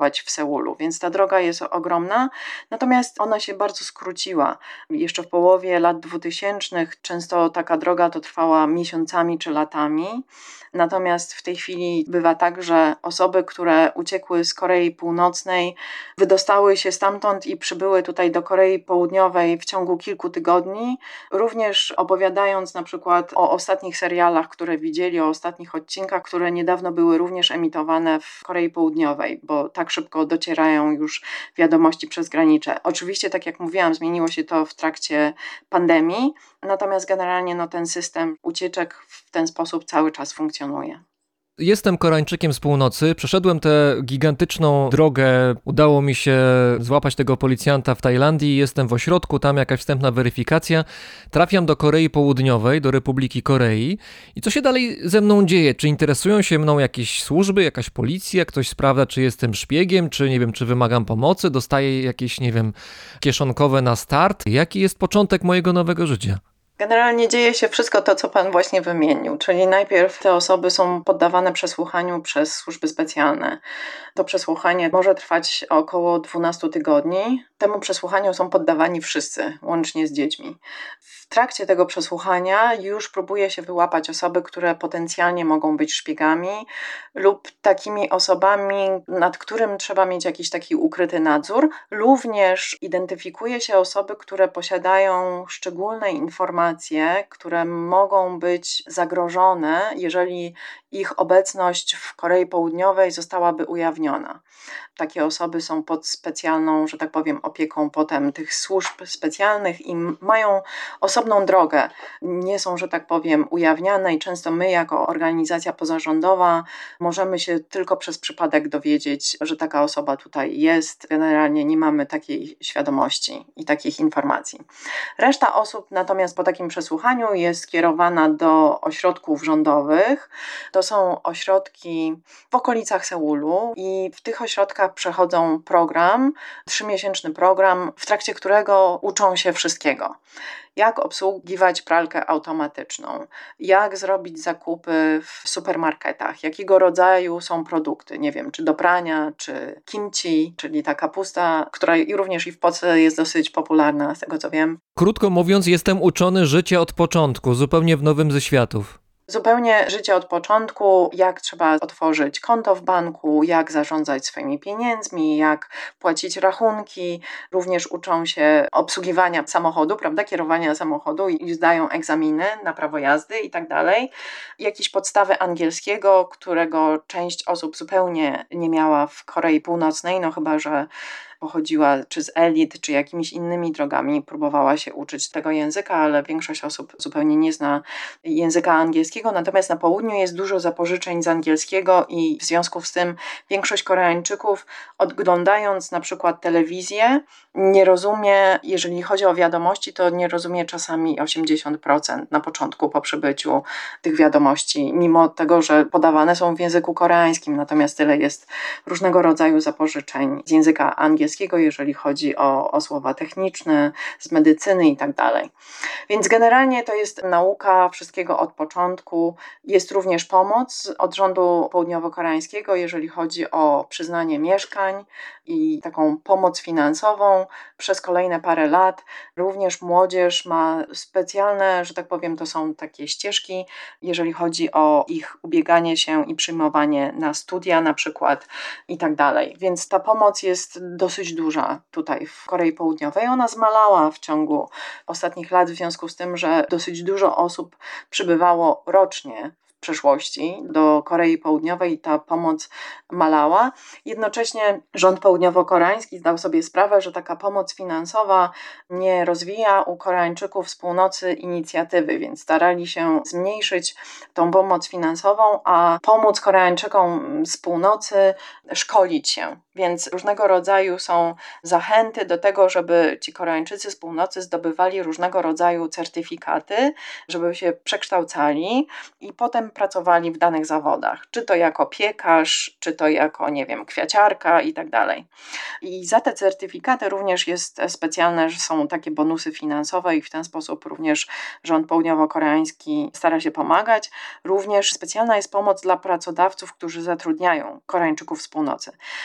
Seulu, więc ta droga jest ogromna, natomiast ona się bardzo skróciła. Jeszcze w połowie lat dwutysięcznych często taka droga to trwała miesiącami czy latami, natomiast w tej chwili bywa tak, że osoby, które uciekły z Korei Północnej, wydostały się stamtąd i przybyły tutaj do Korei Południowej w ciągu kilku tygodni, również opowiadając na przykład o ostatnich serialach, które widzieli, o ostatnich odcinkach, które niedawno były również emitowane w Korei Południowej, bo tak szybko docierają już wiadomości przez granice. Oczywiście, tak jak mówiłam, zmieniło się to w trakcie pandemii, natomiast generalnie no, ten system ucieczek w ten sposób cały czas funkcjonuje. Jestem Koreańczykiem z północy, przeszedłem tę gigantyczną drogę, udało mi się złapać tego policjanta w Tajlandii, jestem w ośrodku, tam jakaś wstępna weryfikacja, trafiam do Korei Południowej, do Republiki Korei i co się dalej ze mną dzieje? Czy interesują się mną jakieś służby, jakaś policja, ktoś sprawdza, czy jestem szpiegiem, czy nie wiem, czy wymagam pomocy, dostaję jakieś, nie wiem, kieszonkowe na start? Jaki jest początek mojego nowego życia? Generalnie dzieje się wszystko to, co Pan właśnie wymienił, czyli najpierw te osoby są poddawane przesłuchaniu przez służby specjalne. To przesłuchanie może trwać około dwunastu tygodni. Temu przesłuchaniu są poddawani wszyscy, łącznie z dziećmi. W trakcie tego przesłuchania już próbuje się wyłapać osoby, które potencjalnie mogą być szpiegami lub takimi osobami, nad którym trzeba mieć jakiś taki ukryty nadzór. Również identyfikuje się osoby, które posiadają szczególne informacje, które mogą być zagrożone, jeżeli ich obecność w Korei Południowej zostałaby ujawniona. Takie osoby są pod specjalną, że tak powiem, opieką potem tych służb specjalnych i mają osobną drogę. Nie są, że tak powiem, ujawniane i często my jako organizacja pozarządowa możemy się tylko przez przypadek dowiedzieć, że taka osoba tutaj jest. Generalnie nie mamy takiej świadomości i takich informacji. Reszta osób natomiast po takim przesłuchaniu jest skierowana do ośrodków rządowych. To są ośrodki w okolicach Seulu i w tych ośrodkach przechodzą program, trzymiesięczny program, w trakcie którego uczą się wszystkiego. Jak obsługiwać pralkę automatyczną, jak zrobić zakupy w supermarketach, jakiego rodzaju są produkty, nie wiem, czy do prania, czy kimchi, czyli ta kapusta, która również i w Polsce jest dosyć popularna, z tego co wiem. Krótko mówiąc, jestem uczony życia od początku, zupełnie w nowym ze światów. Zupełnie życie od początku, jak trzeba otworzyć konto w banku, jak zarządzać swoimi pieniędzmi, jak płacić rachunki. Również uczą się obsługiwania samochodu, prawda, kierowania samochodu i zdają egzaminy na prawo jazdy i tak dalej. Jakieś podstawy angielskiego, którego część osób zupełnie nie miała w Korei Północnej, no chyba że pochodziła czy z elit, czy jakimiś innymi drogami, próbowała się uczyć tego języka, ale większość osób zupełnie nie zna języka angielskiego, natomiast na południu jest dużo zapożyczeń z angielskiego i w związku z tym większość Koreańczyków, oglądając na przykład telewizję, nie rozumie, jeżeli chodzi o wiadomości, to nie rozumie czasami osiemdziesiąt procent na początku po przybyciu tych wiadomości, mimo tego, że podawane są w języku koreańskim, natomiast tyle jest różnego rodzaju zapożyczeń z języka angielskiego, jeżeli chodzi o, o słowa techniczne, z medycyny i tak dalej. Więc generalnie to jest nauka wszystkiego od początku. Jest również pomoc od rządu południowo-koreańskiego, jeżeli chodzi o przyznanie mieszkań i taką pomoc finansową przez kolejne parę lat. Również młodzież ma specjalne, że tak powiem, to są takie ścieżki, jeżeli chodzi o ich ubieganie się i przyjmowanie na studia na przykład i tak dalej. Więc ta pomoc jest dosyć duża tutaj w Korei Południowej. Ona zmalała w ciągu ostatnich lat w związku z tym, że dosyć dużo osób przybywało rocznie w przeszłości do Korei Południowej i ta pomoc malała. Jednocześnie rząd południowo-koreański zdał sobie sprawę, że taka pomoc finansowa nie rozwija u Koreańczyków z północy inicjatywy, więc starali się zmniejszyć tą pomoc finansową, a pomóc Koreańczykom z północy szkolić się. Więc różnego rodzaju są zachęty do tego, żeby ci Koreańczycy z północy zdobywali różnego rodzaju certyfikaty, żeby się przekształcali i potem pracowali w danych zawodach, czy to jako piekarz, czy to jako, nie wiem, kwiaciarka i tak dalej. I za te certyfikaty również jest specjalne, że są takie bonusy finansowe i w ten sposób również rząd południowo-koreański stara się pomagać. Również specjalna jest pomoc dla pracodawców, którzy zatrudniają Koreańczyków z północy. Natomiast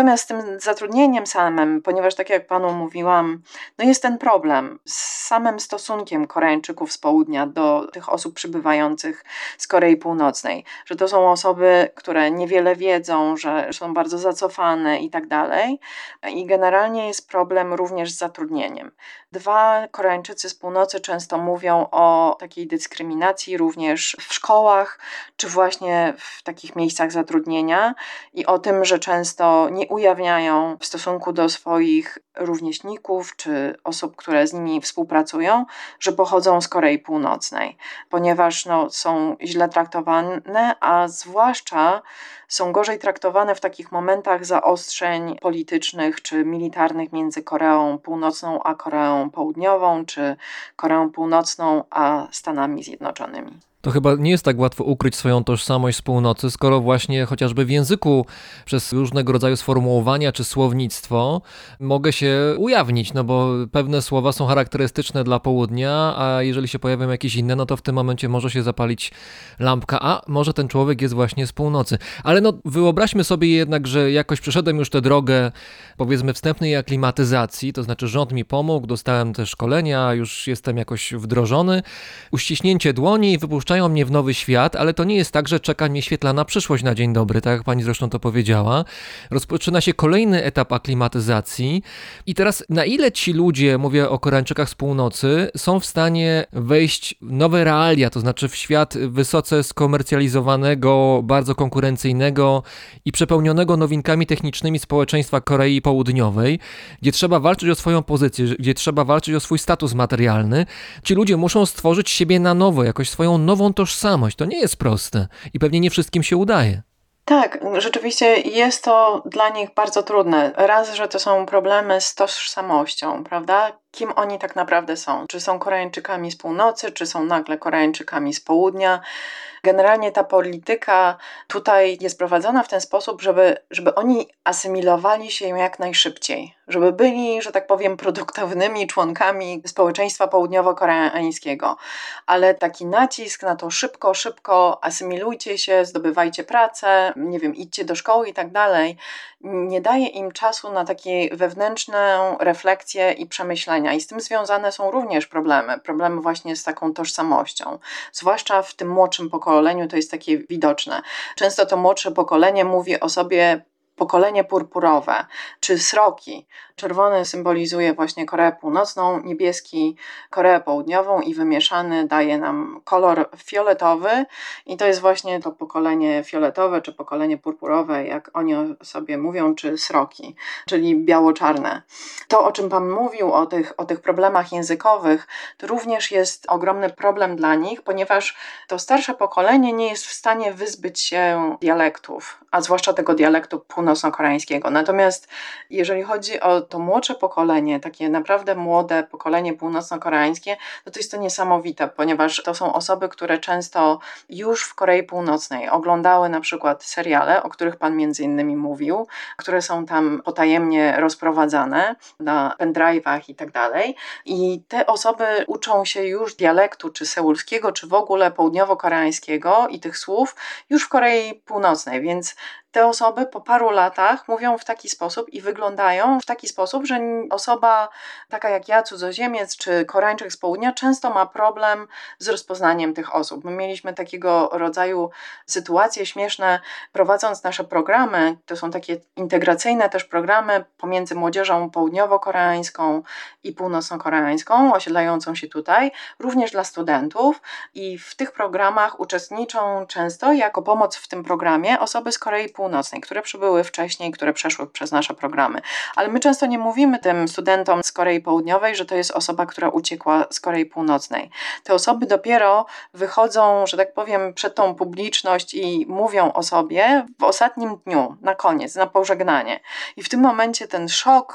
Natomiast z tym zatrudnieniem samym, ponieważ tak jak panu mówiłam, no jest ten problem z samym stosunkiem Koreańczyków z południa do tych osób przybywających z Korei Północnej, że to są osoby, które niewiele wiedzą, że są bardzo zacofane i tak dalej. I generalnie jest problem również z zatrudnieniem. Dwa, Koreańczycy z północy często mówią o takiej dyskryminacji również w szkołach, czy właśnie w takich miejscach zatrudnienia i o tym, że często nie ujawniają w stosunku do swoich rówieśników, czy osób, które z nimi współpracują, że pochodzą z Korei Północnej, ponieważ no, są źle traktowane, a zwłaszcza są gorzej traktowane w takich momentach zaostrzeń politycznych czy militarnych między Koreą Północną a Koreą Południową, czy Koreą Północną a Stanami Zjednoczonymi. To chyba nie jest tak łatwo ukryć swoją tożsamość z północy, skoro właśnie chociażby w języku przez różnego rodzaju sformułowania czy słownictwo mogę się ujawnić, no bo pewne słowa są charakterystyczne dla południa, a jeżeli się pojawią jakieś inne, no to w tym momencie może się zapalić lampka, a może ten człowiek jest właśnie z północy. Ale no wyobraźmy sobie jednak, że jakoś przeszedłem już tę drogę, powiedzmy, wstępnej aklimatyzacji, to znaczy rząd mi pomógł, dostałem te szkolenia, już jestem jakoś wdrożony, uściśnięcie dłoni i wypuszczają mnie w nowy świat, ale to nie jest tak, że czeka mnie świetlana przyszłość na dzień dobry, tak jak pani zresztą to powiedziała. Rozpoczyna się kolejny etap aklimatyzacji i teraz na ile ci ludzie, mówię o Koreańczykach z północy, są w stanie wejść w nowe realia, to znaczy w świat wysoce skomercjalizowanego, bardzo konkurencyjnego i przepełnionego nowinkami technicznymi społeczeństwa Korei Południowej, gdzie trzeba walczyć o swoją pozycję, gdzie trzeba walczyć o swój status materialny. Ci ludzie muszą stworzyć siebie na nowo, jakoś swoją nową tożsamość. To nie jest proste i pewnie nie wszystkim się udaje. Tak, rzeczywiście jest to dla nich bardzo trudne. Raz, że to są problemy z tożsamością, prawda? Kim oni tak naprawdę są? Czy są Koreańczykami z północy, czy są nagle Koreańczykami z południa? Generalnie ta polityka tutaj jest prowadzona w ten sposób, żeby, żeby oni asymilowali się jak najszybciej, żeby byli, że tak powiem, produktywnymi członkami społeczeństwa południowo-koreańskiego. Ale taki nacisk na to szybko, szybko asymilujcie się, zdobywajcie pracę, nie wiem, idźcie do szkoły i tak dalej, nie daje im czasu na taką wewnętrzną refleksję i przemyślenia. I z tym związane są również problemy. Problemy właśnie z taką tożsamością. Zwłaszcza w tym młodszym pokoleniu to jest takie widoczne. Często to młodsze pokolenie mówi o sobie pokolenie purpurowe, czy sroki. Czerwony symbolizuje właśnie Koreę Północną, niebieski Koreę Południową i wymieszany daje nam kolor fioletowy i to jest właśnie to pokolenie fioletowe, czy pokolenie purpurowe, jak oni sobie mówią, czy sroki, czyli biało-czarne. To, o czym Pan mówił, o tych, o tych problemach językowych, to również jest ogromny problem dla nich, ponieważ to starsze pokolenie nie jest w stanie wyzbyć się dialektów, a zwłaszcza tego dialektu północno-koreańskiego. Natomiast jeżeli chodzi o to młodsze pokolenie, takie naprawdę młode pokolenie północno-koreańskie, no to jest to niesamowite, ponieważ to są osoby, które często już w Korei Północnej oglądały na przykład seriale, o których Pan między innymi mówił, które są tam potajemnie rozprowadzane na pendrive'ach i tak dalej. I te osoby uczą się już dialektu, czy seulskiego, czy w ogóle południowo-koreańskiego i tych słów już w Korei Północnej, więc te osoby po paru latach mówią w taki sposób i wyglądają w taki sposób, że osoba taka jak ja, cudzoziemiec czy Koreańczyk z południa, często ma problem z rozpoznaniem tych osób. My mieliśmy takiego rodzaju sytuacje śmieszne, prowadząc nasze programy, to są takie integracyjne też programy pomiędzy młodzieżą południowo-koreańską i północno-koreańską, osiedlającą się tutaj, również dla studentów i w tych programach uczestniczą często jako pomoc w tym programie osoby z Korei Północnej, które przybyły wcześniej, które przeszły przez nasze programy. Ale my często nie mówimy tym studentom z Korei Południowej, że to jest osoba, która uciekła z Korei Północnej. Te osoby dopiero wychodzą, że tak powiem, przed tą publiczność i mówią o sobie w ostatnim dniu, na koniec, na pożegnanie. I w tym momencie ten szok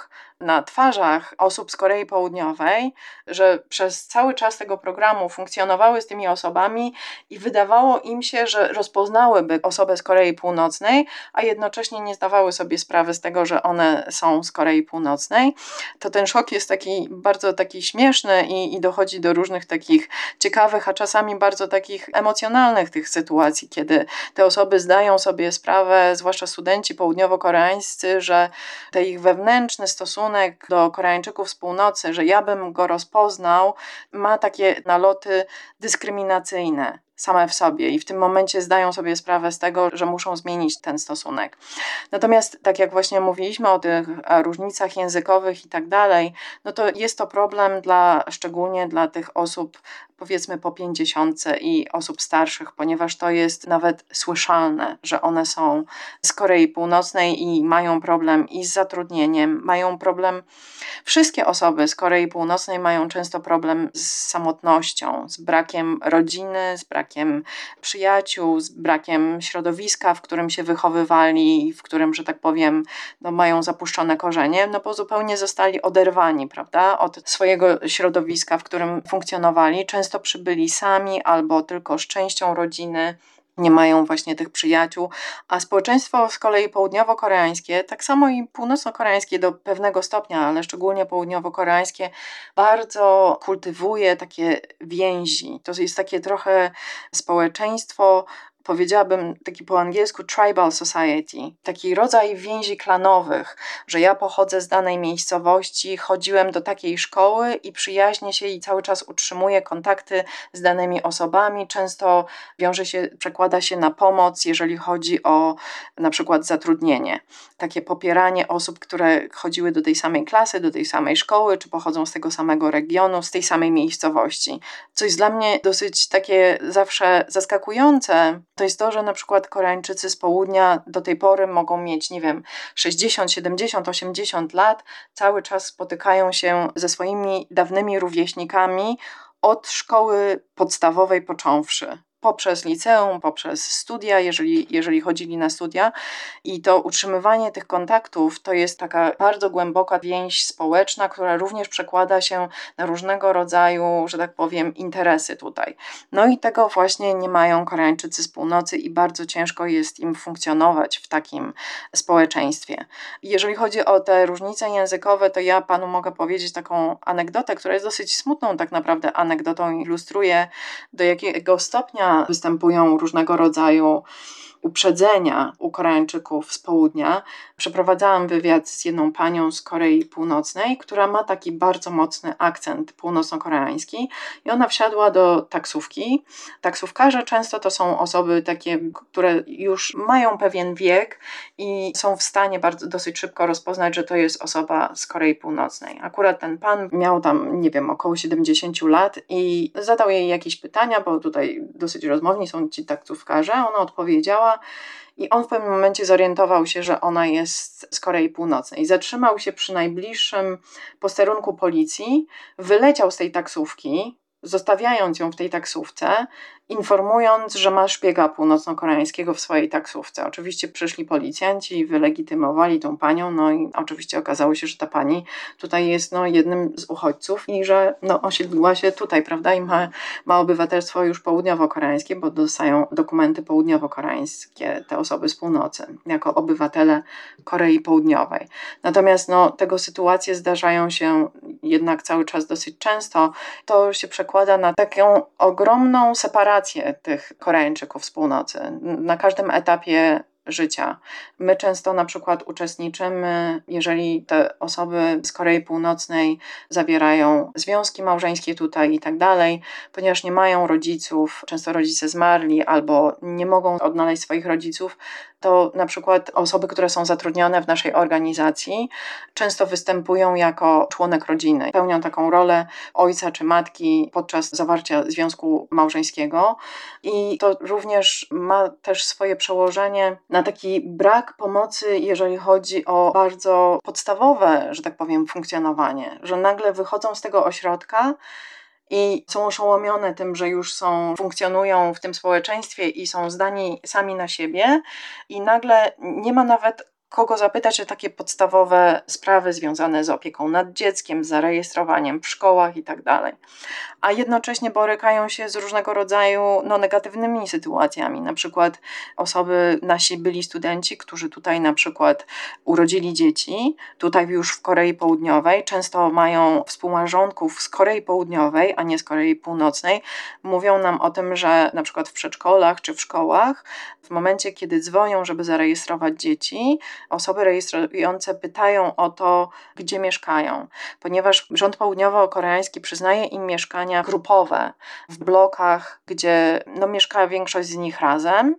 na twarzach osób z Korei Południowej, że przez cały czas tego programu funkcjonowały z tymi osobami i wydawało im się, że rozpoznałyby osobę z Korei Północnej, a jednocześnie nie zdawały sobie sprawy z tego, że one są z Korei Północnej. To ten szok jest taki bardzo taki śmieszny i, i dochodzi do różnych takich ciekawych, a czasami bardzo takich emocjonalnych tych sytuacji, kiedy te osoby zdają sobie sprawę, zwłaszcza studenci południowo-koreańscy, że ten ich wewnętrzny stosunek do Koreańczyków z północy, że ja bym go rozpoznał, ma takie naloty dyskryminacyjne same w sobie i w tym momencie zdają sobie sprawę z tego, że muszą zmienić ten stosunek. Natomiast tak jak właśnie mówiliśmy o tych różnicach językowych i tak dalej, no to jest to problem dla, szczególnie dla tych osób powiedzmy po pięćdziesiątce i osób starszych, ponieważ to jest nawet słyszalne, że one są z Korei Północnej i mają problem i z zatrudnieniem, mają problem, wszystkie osoby z Korei Północnej mają często problem z samotnością, z brakiem rodziny, z brakiem przyjaciół, z brakiem środowiska, w którym się wychowywali, w którym, że tak powiem, no, mają zapuszczone korzenie, no bo zupełnie zostali oderwani, prawda, od swojego środowiska, w którym funkcjonowali. Często przybyli sami albo tylko z częścią rodziny, nie mają właśnie tych przyjaciół, a społeczeństwo z kolei południowo-koreańskie, tak samo i północno-koreańskie do pewnego stopnia, ale szczególnie południowo-koreańskie, bardzo kultywuje takie więzi. To jest takie trochę społeczeństwo, powiedziałabym taki po angielsku tribal society, taki rodzaj więzi klanowych, że ja pochodzę z danej miejscowości, chodziłem do takiej szkoły i przyjaźnię się i cały czas utrzymuję kontakty z danymi osobami, często wiąże się, przekłada się na pomoc, jeżeli chodzi o na przykład zatrudnienie. Takie popieranie osób, które chodziły do tej samej klasy, do tej samej szkoły, czy pochodzą z tego samego regionu, z tej samej miejscowości. Co jest dla mnie dosyć takie zawsze zaskakujące, to jest to, że na przykład Koreańczycy z południa do tej pory mogą mieć, nie wiem, sześćdziesiąt, siedemdziesiąt, osiemdziesiąt lat, cały czas spotykają się ze swoimi dawnymi rówieśnikami od szkoły podstawowej począwszy. Poprzez liceum, poprzez studia, jeżeli, jeżeli chodzili na studia. I to utrzymywanie tych kontaktów to jest taka bardzo głęboka więź społeczna, która również przekłada się na różnego rodzaju, że tak powiem, interesy tutaj. No i tego właśnie nie mają Koreańczycy z północy i bardzo ciężko jest im funkcjonować w takim społeczeństwie. Jeżeli chodzi o te różnice językowe, to ja panu mogę powiedzieć taką anegdotę, która jest dosyć smutną tak naprawdę anegdotą, ilustruje do jakiego stopnia występują różnego rodzaju uprzedzenia u Koreańczyków z południa. Przeprowadzałam wywiad z jedną panią z Korei Północnej, która ma taki bardzo mocny akcent północno-koreański i ona wsiadła do taksówki. Taksówkarze często to są osoby takie, które już mają pewien wiek i są w stanie bardzo dosyć szybko rozpoznać, że to jest osoba z Korei Północnej. Akurat ten pan miał tam, nie wiem, około siedemdziesiąt lat i zadał jej jakieś pytania, bo tutaj dosyć rozmowni są ci taksówkarze. Ona odpowiedziała i on w pewnym momencie zorientował się, że ona jest z Korei Północnej. Zatrzymał się przy najbliższym posterunku policji, wyleciał z tej taksówki, zostawiając ją w tej taksówce, informując, że ma szpiega północno-koreańskiego w swojej taksówce. Oczywiście przyszli policjanci, wylegitymowali tą panią, no i oczywiście okazało się, że ta pani tutaj jest no, jednym z uchodźców i że no, osiedliła się tutaj, prawda, i ma, ma obywatelstwo już południowo-koreańskie, bo dostają dokumenty południowo-koreańskie te osoby z północy, jako obywatele Korei Południowej. Natomiast no, tego sytuacje zdarzają się jednak cały czas dosyć często. To się przekłada na taką ogromną separację tych Koreańczyków z północy na każdym etapie życia. My często na przykład uczestniczymy, jeżeli te osoby z Korei Północnej zawierają związki małżeńskie tutaj i tak dalej, ponieważ nie mają rodziców, często rodzice zmarli albo nie mogą odnaleźć swoich rodziców, to na przykład osoby, które są zatrudnione w naszej organizacji, często występują jako członek rodziny. Pełnią taką rolę ojca czy matki podczas zawarcia związku małżeńskiego i to również ma też swoje przełożenie na taki brak pomocy, jeżeli chodzi o bardzo podstawowe, że tak powiem, funkcjonowanie, że nagle wychodzą z tego ośrodka i są oszołomione tym, że już są, funkcjonują w tym społeczeństwie i są zdani sami na siebie i nagle nie ma nawet kogo zapytać o takie podstawowe sprawy związane z opieką nad dzieckiem, z zarejestrowaniem w szkołach i tak dalej. A jednocześnie borykają się z różnego rodzaju no, negatywnymi sytuacjami. Na przykład osoby, nasi byli studenci, którzy tutaj na przykład urodzili dzieci, tutaj już w Korei Południowej, często mają współmałżonków z Korei Południowej, a nie z Korei Północnej. Mówią nam o tym, że na przykład w przedszkolach czy w szkołach, w momencie, kiedy dzwonią, żeby zarejestrować dzieci, osoby rejestrujące pytają o to, gdzie mieszkają, ponieważ rząd południowo-koreański przyznaje im mieszkania grupowe w blokach, gdzie no, mieszka większość z nich razem.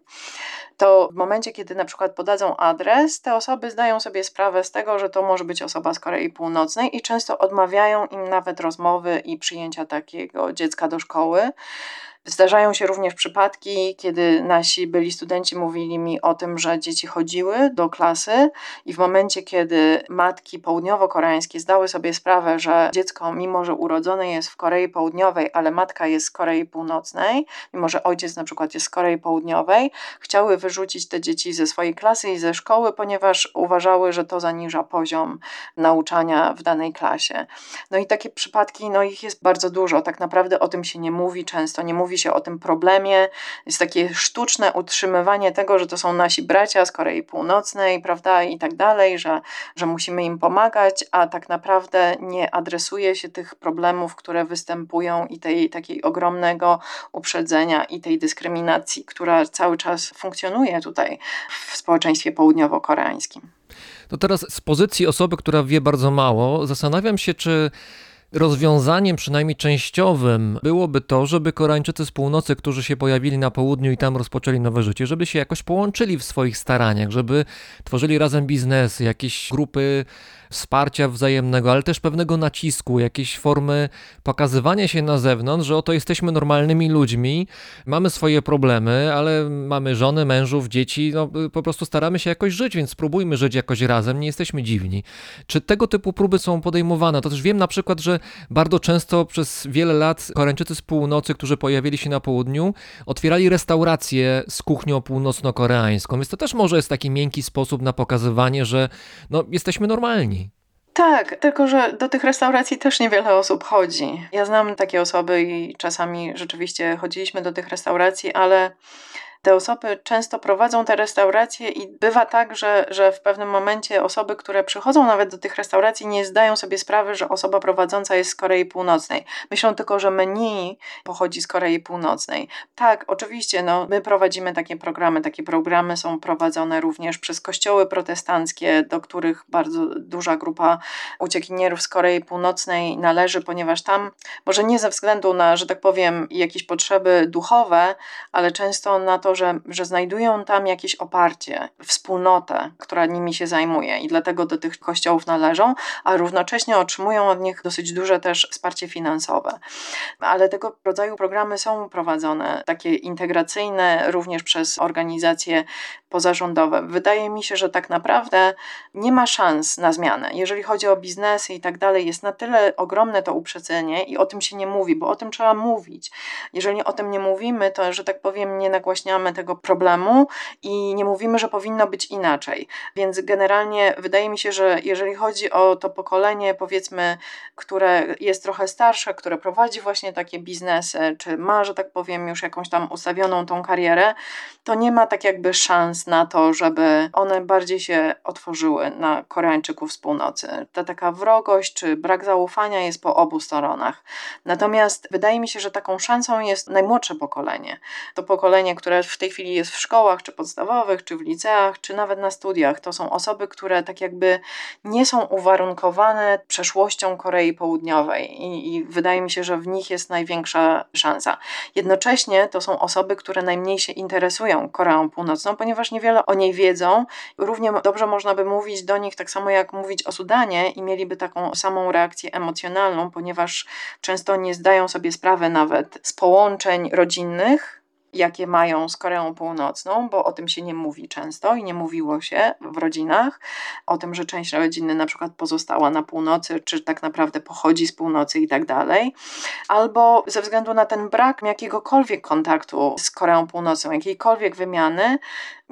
To w momencie, kiedy na przykład podadzą adres, te osoby zdają sobie sprawę z tego, że to może być osoba z Korei Północnej i często odmawiają im nawet rozmowy i przyjęcia takiego dziecka do szkoły. Zdarzają się również przypadki, kiedy nasi byli studenci mówili mi o tym, że dzieci chodziły do klasy i w momencie, kiedy matki południowo-koreańskie zdały sobie sprawę, że dziecko, mimo że urodzone jest w Korei Południowej, ale matka jest z Korei Północnej, mimo że ojciec na przykład jest z Korei Południowej, chciały wyrzucić te dzieci ze swojej klasy i ze szkoły, ponieważ uważały, że to zaniża poziom nauczania w danej klasie. No i takie przypadki, no ich jest bardzo dużo. Tak naprawdę o tym się nie mówi często, nie mówi się o tym problemie. Jest takie sztuczne utrzymywanie tego, że to są nasi bracia z Korei Północnej, prawda, i tak dalej, że, że musimy im pomagać, a tak naprawdę nie adresuje się tych problemów, które występują i tej takiej ogromnego uprzedzenia i tej dyskryminacji, która cały czas funkcjonuje tutaj w społeczeństwie południowo-koreańskim. To teraz z pozycji osoby, która wie bardzo mało, zastanawiam się, czy rozwiązaniem przynajmniej częściowym byłoby to, żeby Koreańczycy z północy, którzy się pojawili na południu i tam rozpoczęli nowe życie, żeby się jakoś połączyli w swoich staraniach, żeby tworzyli razem biznesy, jakieś grupy wsparcia wzajemnego, ale też pewnego nacisku, jakieś formy pokazywania się na zewnątrz, że oto jesteśmy normalnymi ludźmi, mamy swoje problemy, ale mamy żony, mężów, dzieci, no po prostu staramy się jakoś żyć, więc spróbujmy żyć jakoś razem, nie jesteśmy dziwni. Czy tego typu próby są podejmowane? To też wiem na przykład, że bardzo często przez wiele lat Koreańczycy z północy, którzy pojawili się na południu, otwierali restauracje z kuchnią północno-koreańską, więc to też może jest taki miękki sposób na pokazywanie, że no, jesteśmy normalni. Tak, tylko że do tych restauracji też niewiele osób chodzi. Ja znam takie osoby i czasami rzeczywiście chodziliśmy do tych restauracji, ale te osoby często prowadzą te restauracje i bywa tak, że, że w pewnym momencie osoby, które przychodzą nawet do tych restauracji, nie zdają sobie sprawy, że osoba prowadząca jest z Korei Północnej. Myślą tylko, że menu pochodzi z Korei Północnej. Tak, oczywiście, no, my prowadzimy takie programy. Takie programy są prowadzone również przez kościoły protestanckie, do których bardzo duża grupa uciekinierów z Korei Północnej należy, ponieważ tam, może nie ze względu na, że tak powiem, jakieś potrzeby duchowe, ale często na to, Że, że znajdują tam jakieś oparcie, wspólnotę, która nimi się zajmuje i dlatego do tych kościołów należą, a równocześnie otrzymują od nich dosyć duże też wsparcie finansowe. Ale tego rodzaju programy są prowadzone, takie integracyjne, również przez organizacje pozarządowe. Wydaje mi się, że tak naprawdę nie ma szans na zmianę. Jeżeli chodzi o biznesy i tak dalej, jest na tyle ogromne to uprzedzenie i o tym się nie mówi, bo o tym trzeba mówić. Jeżeli o tym nie mówimy, to, że tak powiem, nie nagłaśniamy tego problemu i nie mówimy, że powinno być inaczej. Więc generalnie wydaje mi się, że jeżeli chodzi o to pokolenie, powiedzmy, które jest trochę starsze, które prowadzi właśnie takie biznesy, czy ma, że tak powiem, już jakąś tam ustawioną tą karierę, to nie ma tak jakby szans na to, żeby one bardziej się otworzyły na Koreańczyków z północy. Ta taka wrogość czy brak zaufania jest po obu stronach. Natomiast wydaje mi się, że taką szansą jest najmłodsze pokolenie. To pokolenie, które w tej chwili jest w szkołach, czy podstawowych, czy w liceach, czy nawet na studiach. To są osoby, które tak jakby nie są uwarunkowane przeszłością Korei Południowej i, i wydaje mi się, że w nich jest największa szansa. Jednocześnie to są osoby, które najmniej się interesują Koreą Północną, ponieważ niewiele o niej wiedzą. Równie dobrze można by mówić do nich tak samo jak mówić o Sudanie i mieliby taką samą reakcję emocjonalną, ponieważ często nie zdają sobie sprawy nawet z połączeń rodzinnych, jakie mają z Koreą Północną, bo o tym się nie mówi często i nie mówiło się w rodzinach, o tym, że część rodziny na przykład pozostała na północy, czy tak naprawdę pochodzi z północy i tak dalej, albo ze względu na ten brak jakiegokolwiek kontaktu z Koreą Północną, jakiejkolwiek wymiany,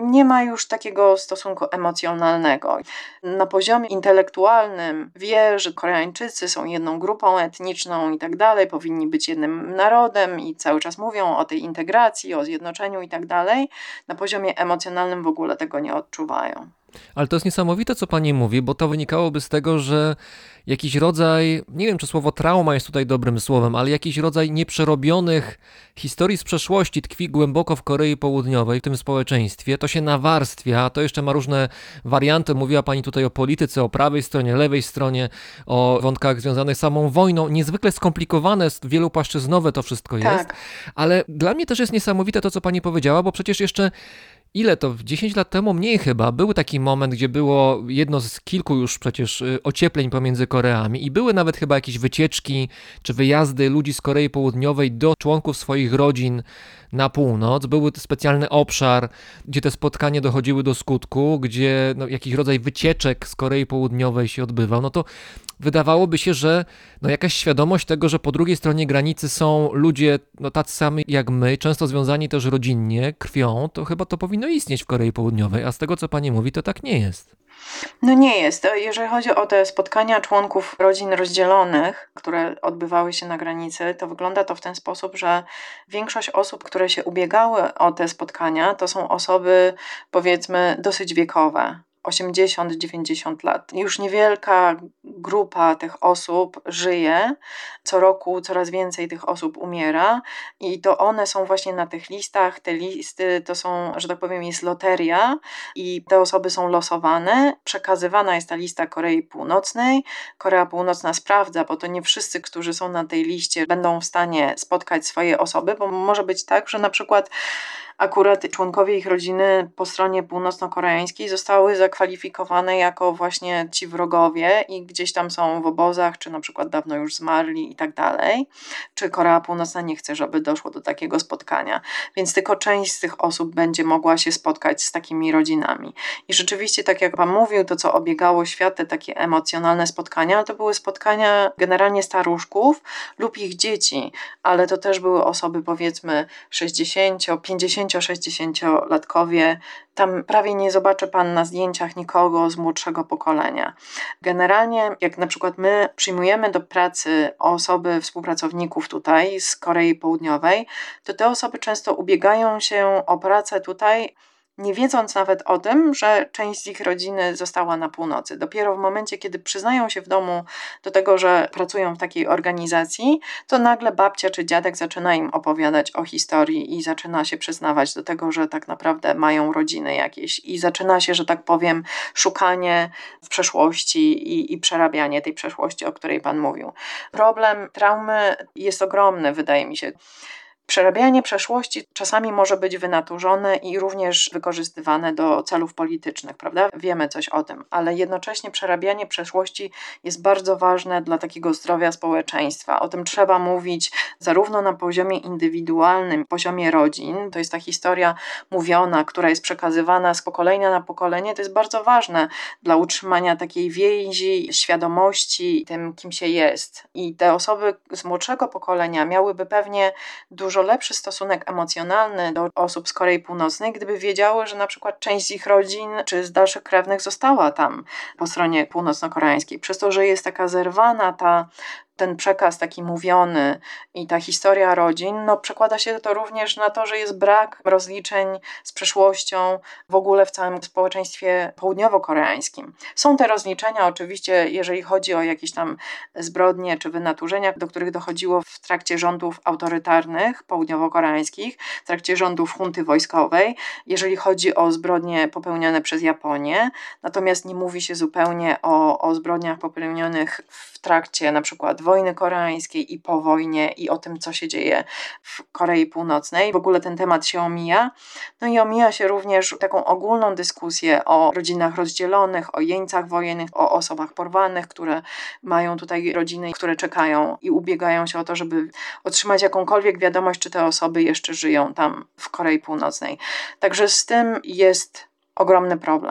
nie ma już takiego stosunku emocjonalnego. Na poziomie intelektualnym wie, że Koreańczycy są jedną grupą etniczną i tak dalej, powinni być jednym narodem i cały czas mówią o tej integracji, o zjednoczeniu i tak dalej. Na poziomie emocjonalnym w ogóle tego nie odczuwają. Ale to jest niesamowite, co pani mówi, bo to wynikałoby z tego, że jakiś rodzaj, nie wiem, czy słowo trauma jest tutaj dobrym słowem, ale jakiś rodzaj nieprzerobionych historii z przeszłości tkwi głęboko w Korei Południowej, w tym społeczeństwie. To się nawarstwia, to jeszcze ma różne warianty. Mówiła pani tutaj o polityce, o prawej stronie, lewej stronie, o wątkach związanych z samą wojną. Niezwykle skomplikowane, wielopłaszczyznowe to wszystko jest. Tak. Ale dla mnie też jest niesamowite to, co pani powiedziała, bo przecież jeszcze ile to? dziesięć lat temu, mniej chyba, był taki moment, gdzie było jedno z kilku już przecież ociepleń pomiędzy Koreami i były nawet chyba jakieś wycieczki czy wyjazdy ludzi z Korei Południowej do członków swoich rodzin na północ. Był specjalny obszar, gdzie te spotkania dochodziły do skutku, gdzie no, jakiś rodzaj wycieczek z Korei Południowej się odbywał. No to wydawałoby się, że no, jakaś świadomość tego, że po drugiej stronie granicy są ludzie no, tacy sami jak my, często związani też rodzinnie, krwią, to chyba to powinno istnieć w Korei Południowej, a z tego, co pani mówi, to tak nie jest. No nie jest. Jeżeli chodzi o te spotkania członków rodzin rozdzielonych, które odbywały się na granicy, to wygląda to w ten sposób, że większość osób, które się ubiegały o te spotkania, to są osoby, powiedzmy, dosyć wiekowe. osiemdziesiąt dziewięćdziesiąt lat. Już niewielka grupa tych osób żyje. Co roku coraz więcej tych osób umiera i to one są właśnie na tych listach. Te listy to są, że tak powiem, jest loteria i te osoby są losowane. Przekazywana jest ta lista Korei Północnej. Korea Północna sprawdza, bo to nie wszyscy, którzy są na tej liście, będą w stanie spotkać swoje osoby, bo może być tak, że na przykład akurat członkowie ich rodziny po stronie północno-koreańskiej zostały zakwalifikowane jako właśnie ci wrogowie i gdzieś tam są w obozach, czy na przykład dawno już zmarli i tak dalej. Czy Korea Północna nie chce, żeby doszło do takiego spotkania. Więc tylko część z tych osób będzie mogła się spotkać z takimi rodzinami. I rzeczywiście, tak jak pan mówił, to co obiegało świat, te takie emocjonalne spotkania, to były spotkania generalnie staruszków lub ich dzieci, ale to też były osoby powiedzmy sześćdziesięcio, pięćdziesięcio, sześćdziesięciolatkowie. Tam prawie nie zobaczy pan na zdjęciach nikogo z młodszego pokolenia. Generalnie, jak na przykład my przyjmujemy do pracy osoby, współpracowników tutaj z Korei Południowej, to te osoby często ubiegają się o pracę tutaj, nie wiedząc nawet o tym, że część z ich rodziny została na północy. Dopiero w momencie, kiedy przyznają się w domu do tego, że pracują w takiej organizacji, to nagle babcia czy dziadek zaczyna im opowiadać o historii i zaczyna się przyznawać do tego, że tak naprawdę mają rodziny jakieś i zaczyna się, że tak powiem, szukanie w przeszłości i, i przerabianie tej przeszłości, o której pan mówił. Problem traumy jest ogromny, wydaje mi się. Przerabianie przeszłości czasami może być wynaturzone i również wykorzystywane do celów politycznych, prawda? Wiemy coś o tym, ale jednocześnie przerabianie przeszłości jest bardzo ważne dla takiego zdrowia społeczeństwa. O tym trzeba mówić zarówno na poziomie indywidualnym, poziomie rodzin. To jest ta historia mówiona, która jest przekazywana z pokolenia na pokolenie. To jest bardzo ważne dla utrzymania takiej więzi, świadomości tym, kim się jest. I te osoby z młodszego pokolenia miałyby pewnie dużo lepszy stosunek emocjonalny do osób z Korei Północnej, gdyby wiedziały, że na przykład część z ich rodzin czy z dalszych krewnych została tam po stronie północno-koreańskiej. Przez to, że jest taka zerwana ta ten przekaz taki mówiony i ta historia rodzin, no przekłada się to również na to, że jest brak rozliczeń z przeszłością w ogóle w całym społeczeństwie południowo-koreańskim. Są te rozliczenia oczywiście, jeżeli chodzi o jakieś tam zbrodnie czy wynaturzenia, do których dochodziło w trakcie rządów autorytarnych południowo-koreańskich, w trakcie rządów junty wojskowej, jeżeli chodzi o zbrodnie popełnione przez Japonię, natomiast nie mówi się zupełnie o, o zbrodniach popełnionych w trakcie na przykład wojny koreańskiej i po wojnie i o tym, co się dzieje w Korei Północnej. W ogóle ten temat się omija. No i omija się również taką ogólną dyskusję o rodzinach rozdzielonych, o jeńcach wojennych, o osobach porwanych, które mają tutaj rodziny, które czekają i ubiegają się o to, żeby otrzymać jakąkolwiek wiadomość, czy te osoby jeszcze żyją tam w Korei Północnej. Także z tym jest ogromny problem.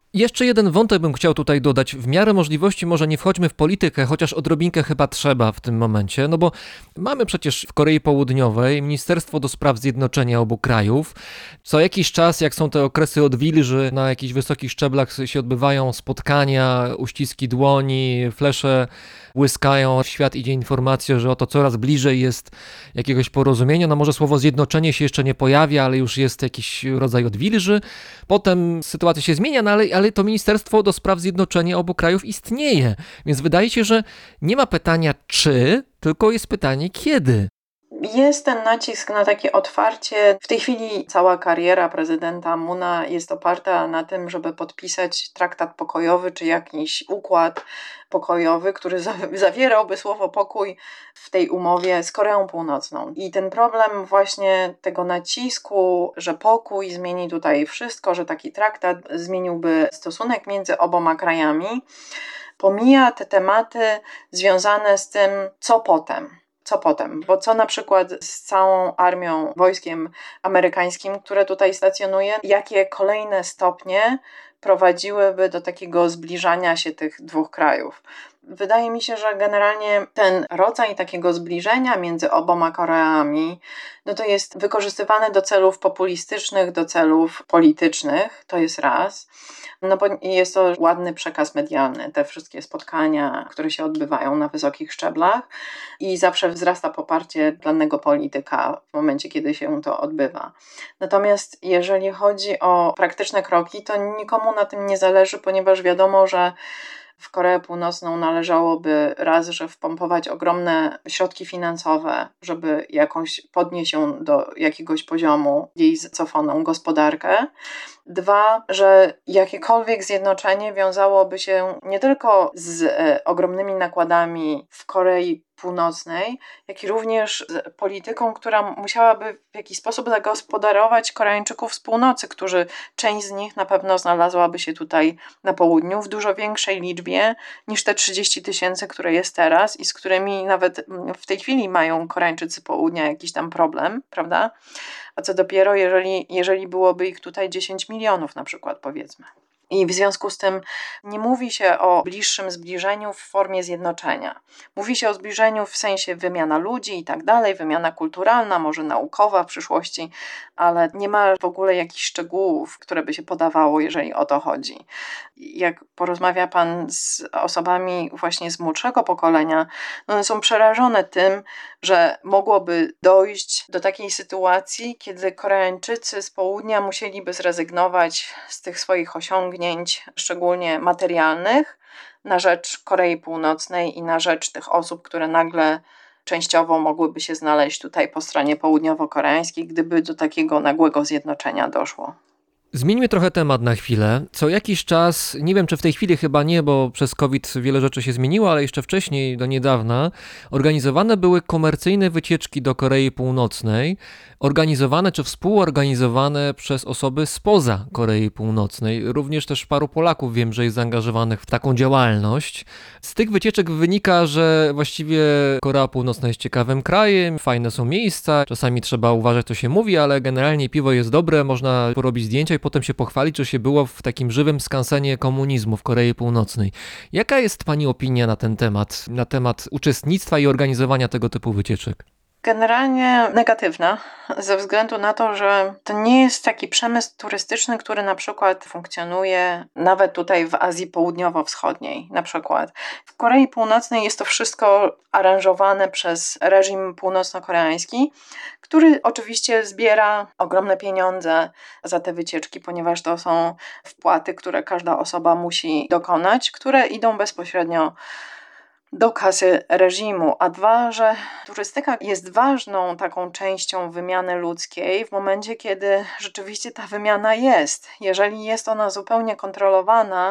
Jeszcze jeden wątek bym chciał tutaj dodać. W miarę możliwości może nie wchodźmy w politykę, chociaż odrobinkę chyba trzeba w tym momencie, no bo mamy przecież w Korei Południowej Ministerstwo do Spraw Zjednoczenia obu krajów. Co jakiś czas, jak są te okresy odwilży, na jakichś wysokich szczeblach się odbywają spotkania, uściski dłoni, flesze błyskają, w świat idzie informacja, że oto coraz bliżej jest jakiegoś porozumienia. No może słowo zjednoczenie się jeszcze nie pojawia, ale już jest jakiś rodzaj odwilży. Potem sytuacja się zmienia, no ale, ale to Ministerstwo do Spraw Zjednoczenia obu krajów istnieje. Więc wydaje się, że nie ma pytania czy, tylko jest pytanie kiedy. Jest ten nacisk na takie otwarcie. W tej chwili cała kariera prezydenta Moona jest oparta na tym, żeby podpisać traktat pokojowy czy jakiś układ pokojowy, który zawierałby słowo pokój w tej umowie z Koreą Północną. I ten problem właśnie tego nacisku, że pokój zmieni tutaj wszystko, że taki traktat zmieniłby stosunek między oboma krajami, pomija te tematy związane z tym, co potem. Co potem? Bo co na przykład z całą armią, wojskiem amerykańskim, które tutaj stacjonuje, jakie kolejne stopnie prowadziłyby do takiego zbliżania się tych dwóch krajów? Wydaje mi się, że generalnie ten rodzaj takiego zbliżenia między oboma Koreami, no to jest wykorzystywany do celów populistycznych, do celów politycznych, to jest raz. No bo jest to ładny przekaz medialny, te wszystkie spotkania, które się odbywają na wysokich szczeblach i zawsze wzrasta poparcie danego polityka w momencie, kiedy się to odbywa. Natomiast jeżeli chodzi o praktyczne kroki, to nikomu na tym nie zależy, ponieważ wiadomo, że w Koreę Północną należałoby raz, że wpompować ogromne środki finansowe, żeby jakąś podnieść ją do jakiegoś poziomu, jej zacofaną gospodarkę. Dwa, że jakiekolwiek zjednoczenie wiązałoby się nie tylko z e, ogromnymi nakładami w Korei Północnej, jak i również z polityką, która musiałaby w jakiś sposób zagospodarować Koreańczyków z północy, którzy część z nich na pewno znalazłaby się tutaj na południu w dużo większej liczbie niż te trzydzieści tysięcy, które jest teraz i z którymi nawet w tej chwili mają Koreańczycy południa jakiś tam problem, prawda? A co dopiero, jeżeli, jeżeli byłoby ich tutaj dziesięć milionów na przykład, powiedzmy. I w związku z tym nie mówi się o bliższym zbliżeniu w formie zjednoczenia. Mówi się o zbliżeniu w sensie wymiana ludzi i tak dalej, wymiana kulturalna, może naukowa w przyszłości, ale nie ma w ogóle jakichś szczegółów, które by się podawało, jeżeli o to chodzi. Jak porozmawia pan z osobami właśnie z młodszego pokolenia, no one są przerażone tym, że mogłoby dojść do takiej sytuacji, kiedy Koreańczycy z południa musieliby zrezygnować z tych swoich osiągnięć, szczególnie materialnych, na rzecz Korei Północnej i na rzecz tych osób, które nagle częściowo mogłyby się znaleźć tutaj po stronie południowo-koreańskiej, gdyby do takiego nagłego zjednoczenia doszło. Zmieńmy trochę temat na chwilę. Co jakiś czas, nie wiem czy w tej chwili chyba nie, bo przez COVID wiele rzeczy się zmieniło, ale jeszcze wcześniej, do niedawna, organizowane były komercyjne wycieczki do Korei Północnej, organizowane czy współorganizowane przez osoby spoza Korei Północnej. Również też paru Polaków wiem, że jest zaangażowanych w taką działalność. Z tych wycieczek wynika, że właściwie Korea Północna jest ciekawym krajem, fajne są miejsca, czasami trzeba uważać, co się mówi, ale generalnie piwo jest dobre, można porobić zdjęcia i potem się pochwalić, że się było w takim żywym skansenie komunizmu w Korei Północnej. Jaka jest pani opinia na ten temat, na temat uczestnictwa i organizowania tego typu wycieczek? Generalnie negatywna, ze względu na to, że to nie jest taki przemysł turystyczny, który na przykład funkcjonuje nawet tutaj w Azji Południowo-Wschodniej na przykład. W Korei Północnej jest to wszystko aranżowane przez reżim północno-koreański, który oczywiście zbiera ogromne pieniądze za te wycieczki, ponieważ to są wpłaty, które każda osoba musi dokonać, które idą bezpośrednio do kasy reżimu, a dwa, że turystyka jest ważną taką częścią wymiany ludzkiej w momencie, kiedy rzeczywiście ta wymiana jest. Jeżeli jest ona zupełnie kontrolowana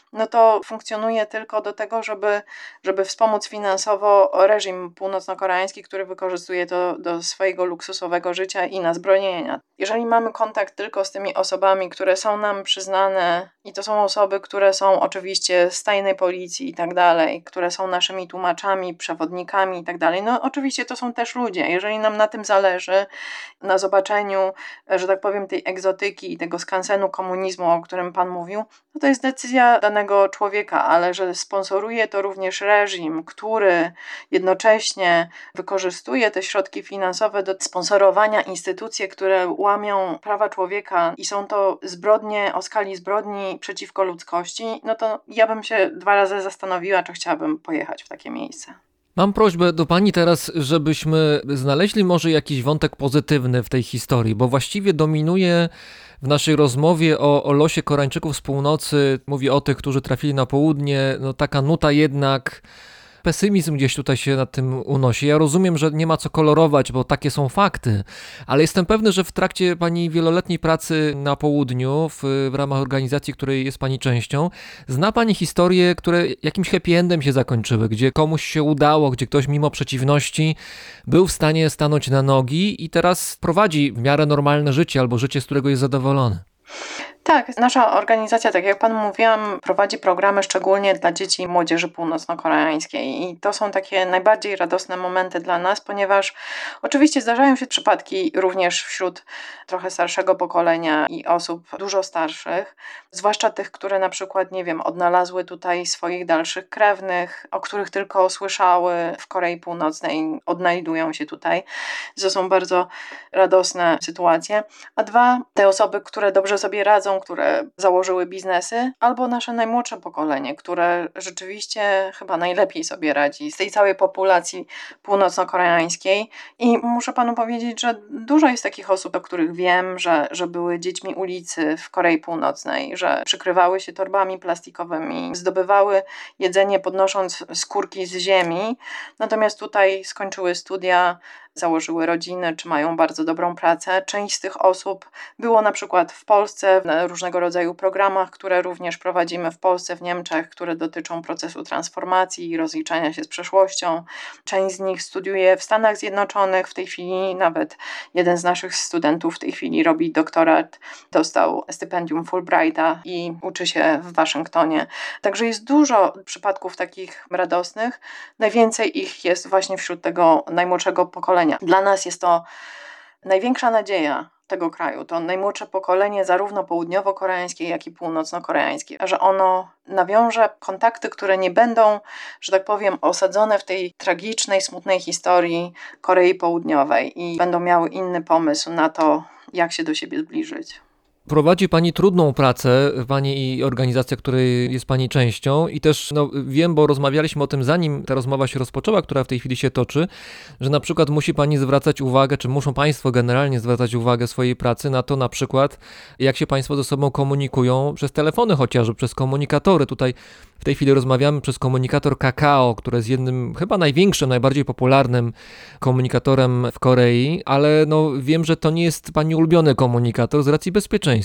no to funkcjonuje tylko do tego, żeby, żeby wspomóc finansowo reżim północno-koreański, który wykorzystuje to do swojego luksusowego życia i na zbrojenia. Jeżeli mamy kontakt tylko z tymi osobami, które są nam przyznane i to są osoby, które są oczywiście z tajnej policji i tak dalej, które są naszymi tłumaczami, przewodnikami i tak dalej, no oczywiście to są też ludzie. Jeżeli nam na tym zależy, na zobaczeniu, że tak powiem, tej egzotyki i tego skansenu komunizmu, o którym Pan mówił, no to jest decyzja danego człowieka, ale że sponsoruje to również reżim, który jednocześnie wykorzystuje te środki finansowe do sponsorowania instytucji, które łamią prawa człowieka i są to zbrodnie o skali zbrodni przeciwko ludzkości, no to ja bym się dwa razy zastanowiła, czy chciałabym pojechać w takie miejsce. Mam prośbę do pani teraz, żebyśmy znaleźli może jakiś wątek pozytywny w tej historii, bo właściwie dominuje w naszej rozmowie o, o losie Koreańczyków z północy, mówię o tych, którzy trafili na południe, no taka nuta jednak, pesymizm gdzieś tutaj się nad tym unosi. Ja rozumiem, że nie ma co kolorować, bo takie są fakty, ale jestem pewny, że w trakcie pani wieloletniej pracy na południu, w, w ramach organizacji, której jest pani częścią, zna pani historie, które jakimś happy endem się zakończyły, gdzie komuś się udało, gdzie ktoś mimo przeciwności był w stanie stanąć na nogi i teraz prowadzi w miarę normalne życie albo życie, z którego jest zadowolony. Tak, nasza organizacja, tak jak Panu mówiłam, prowadzi programy szczególnie dla dzieci i młodzieży północno-koreańskiej i to są takie najbardziej radosne momenty dla nas, ponieważ oczywiście zdarzają się przypadki również wśród trochę starszego pokolenia i osób dużo starszych, zwłaszcza tych, które na przykład, nie wiem, odnalazły tutaj swoich dalszych krewnych, o których tylko słyszały w Korei Północnej, odnajdują się tutaj. To są bardzo radosne sytuacje. A dwa, te osoby, które dobrze sobie radzą, które założyły biznesy, albo nasze najmłodsze pokolenie, które rzeczywiście chyba najlepiej sobie radzi z tej całej populacji północno-koreańskiej. I muszę Panu powiedzieć, że dużo jest takich osób, o których wiem, że, że były dziećmi ulicy w Korei Północnej, że przykrywały się torbami plastikowymi, zdobywały jedzenie podnosząc skórki z ziemi, natomiast tutaj skończyły studia, założyły rodziny, czy mają bardzo dobrą pracę. Część z tych osób było na przykład w Polsce, w różnego rodzaju programach, które również prowadzimy w Polsce, w Niemczech, które dotyczą procesu transformacji i rozliczania się z przeszłością. Część z nich studiuje w Stanach Zjednoczonych. W tej chwili nawet jeden z naszych studentów w tej chwili robi doktorat, dostał stypendium Fulbrighta i uczy się w Waszyngtonie. Także jest dużo przypadków takich radosnych. Najwięcej ich jest właśnie wśród tego najmłodszego pokolenia. Dla nas jest to największa nadzieja tego kraju. To najmłodsze pokolenie, zarówno południowo-koreańskie, jak i północno-koreańskie, że ono nawiąże kontakty, które nie będą, że tak powiem, osadzone w tej tragicznej, smutnej historii Korei Południowej i będą miały inny pomysł na to, jak się do siebie zbliżyć. Prowadzi pani trudną pracę, pani i organizacja, której jest pani częścią i też no, wiem, bo rozmawialiśmy o tym zanim ta rozmowa się rozpoczęła, która w tej chwili się toczy, że na przykład musi pani zwracać uwagę, czy muszą państwo generalnie zwracać uwagę swojej pracy na to na przykład, jak się państwo ze sobą komunikują przez telefony chociażby, przez komunikatory. Tutaj w tej chwili rozmawiamy przez komunikator Kakao, który jest jednym, chyba największym, najbardziej popularnym komunikatorem w Korei, ale no wiem, że to nie jest pani ulubiony komunikator z racji bezpieczeństwa.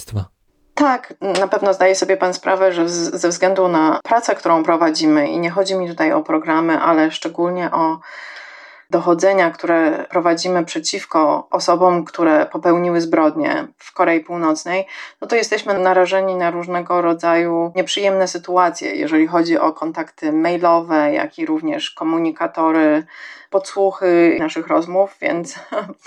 Tak, na pewno zdaje sobie Pan sprawę, że z, ze względu na pracę, którą prowadzimy i nie chodzi mi tutaj o programy, ale szczególnie o dochodzenia, które prowadzimy przeciwko osobom, które popełniły zbrodnie w Korei Północnej, no to jesteśmy narażeni na różnego rodzaju nieprzyjemne sytuacje, jeżeli chodzi o kontakty mailowe, jak i również komunikatory, podsłuchy naszych rozmów, więc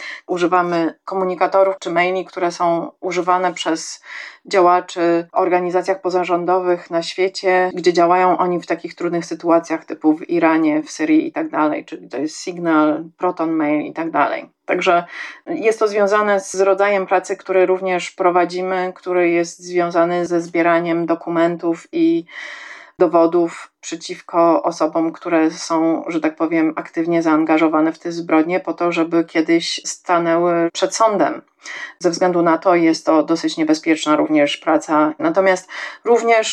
używamy komunikatorów czy maili, które są używane przez działaczy w organizacjach pozarządowych na świecie, gdzie działają oni w takich trudnych sytuacjach typu w Iranie, w Syrii i tak dalej, czyli to jest Signal, Proton Mail i tak dalej. Także jest to związane z rodzajem pracy, który również prowadzimy, który jest związany ze zbieraniem dokumentów i dowodów przeciwko osobom, które są, że tak powiem, aktywnie zaangażowane w te zbrodnie po to, żeby kiedyś stanęły przed sądem. Ze względu na to jest to dosyć niebezpieczna również praca. Natomiast również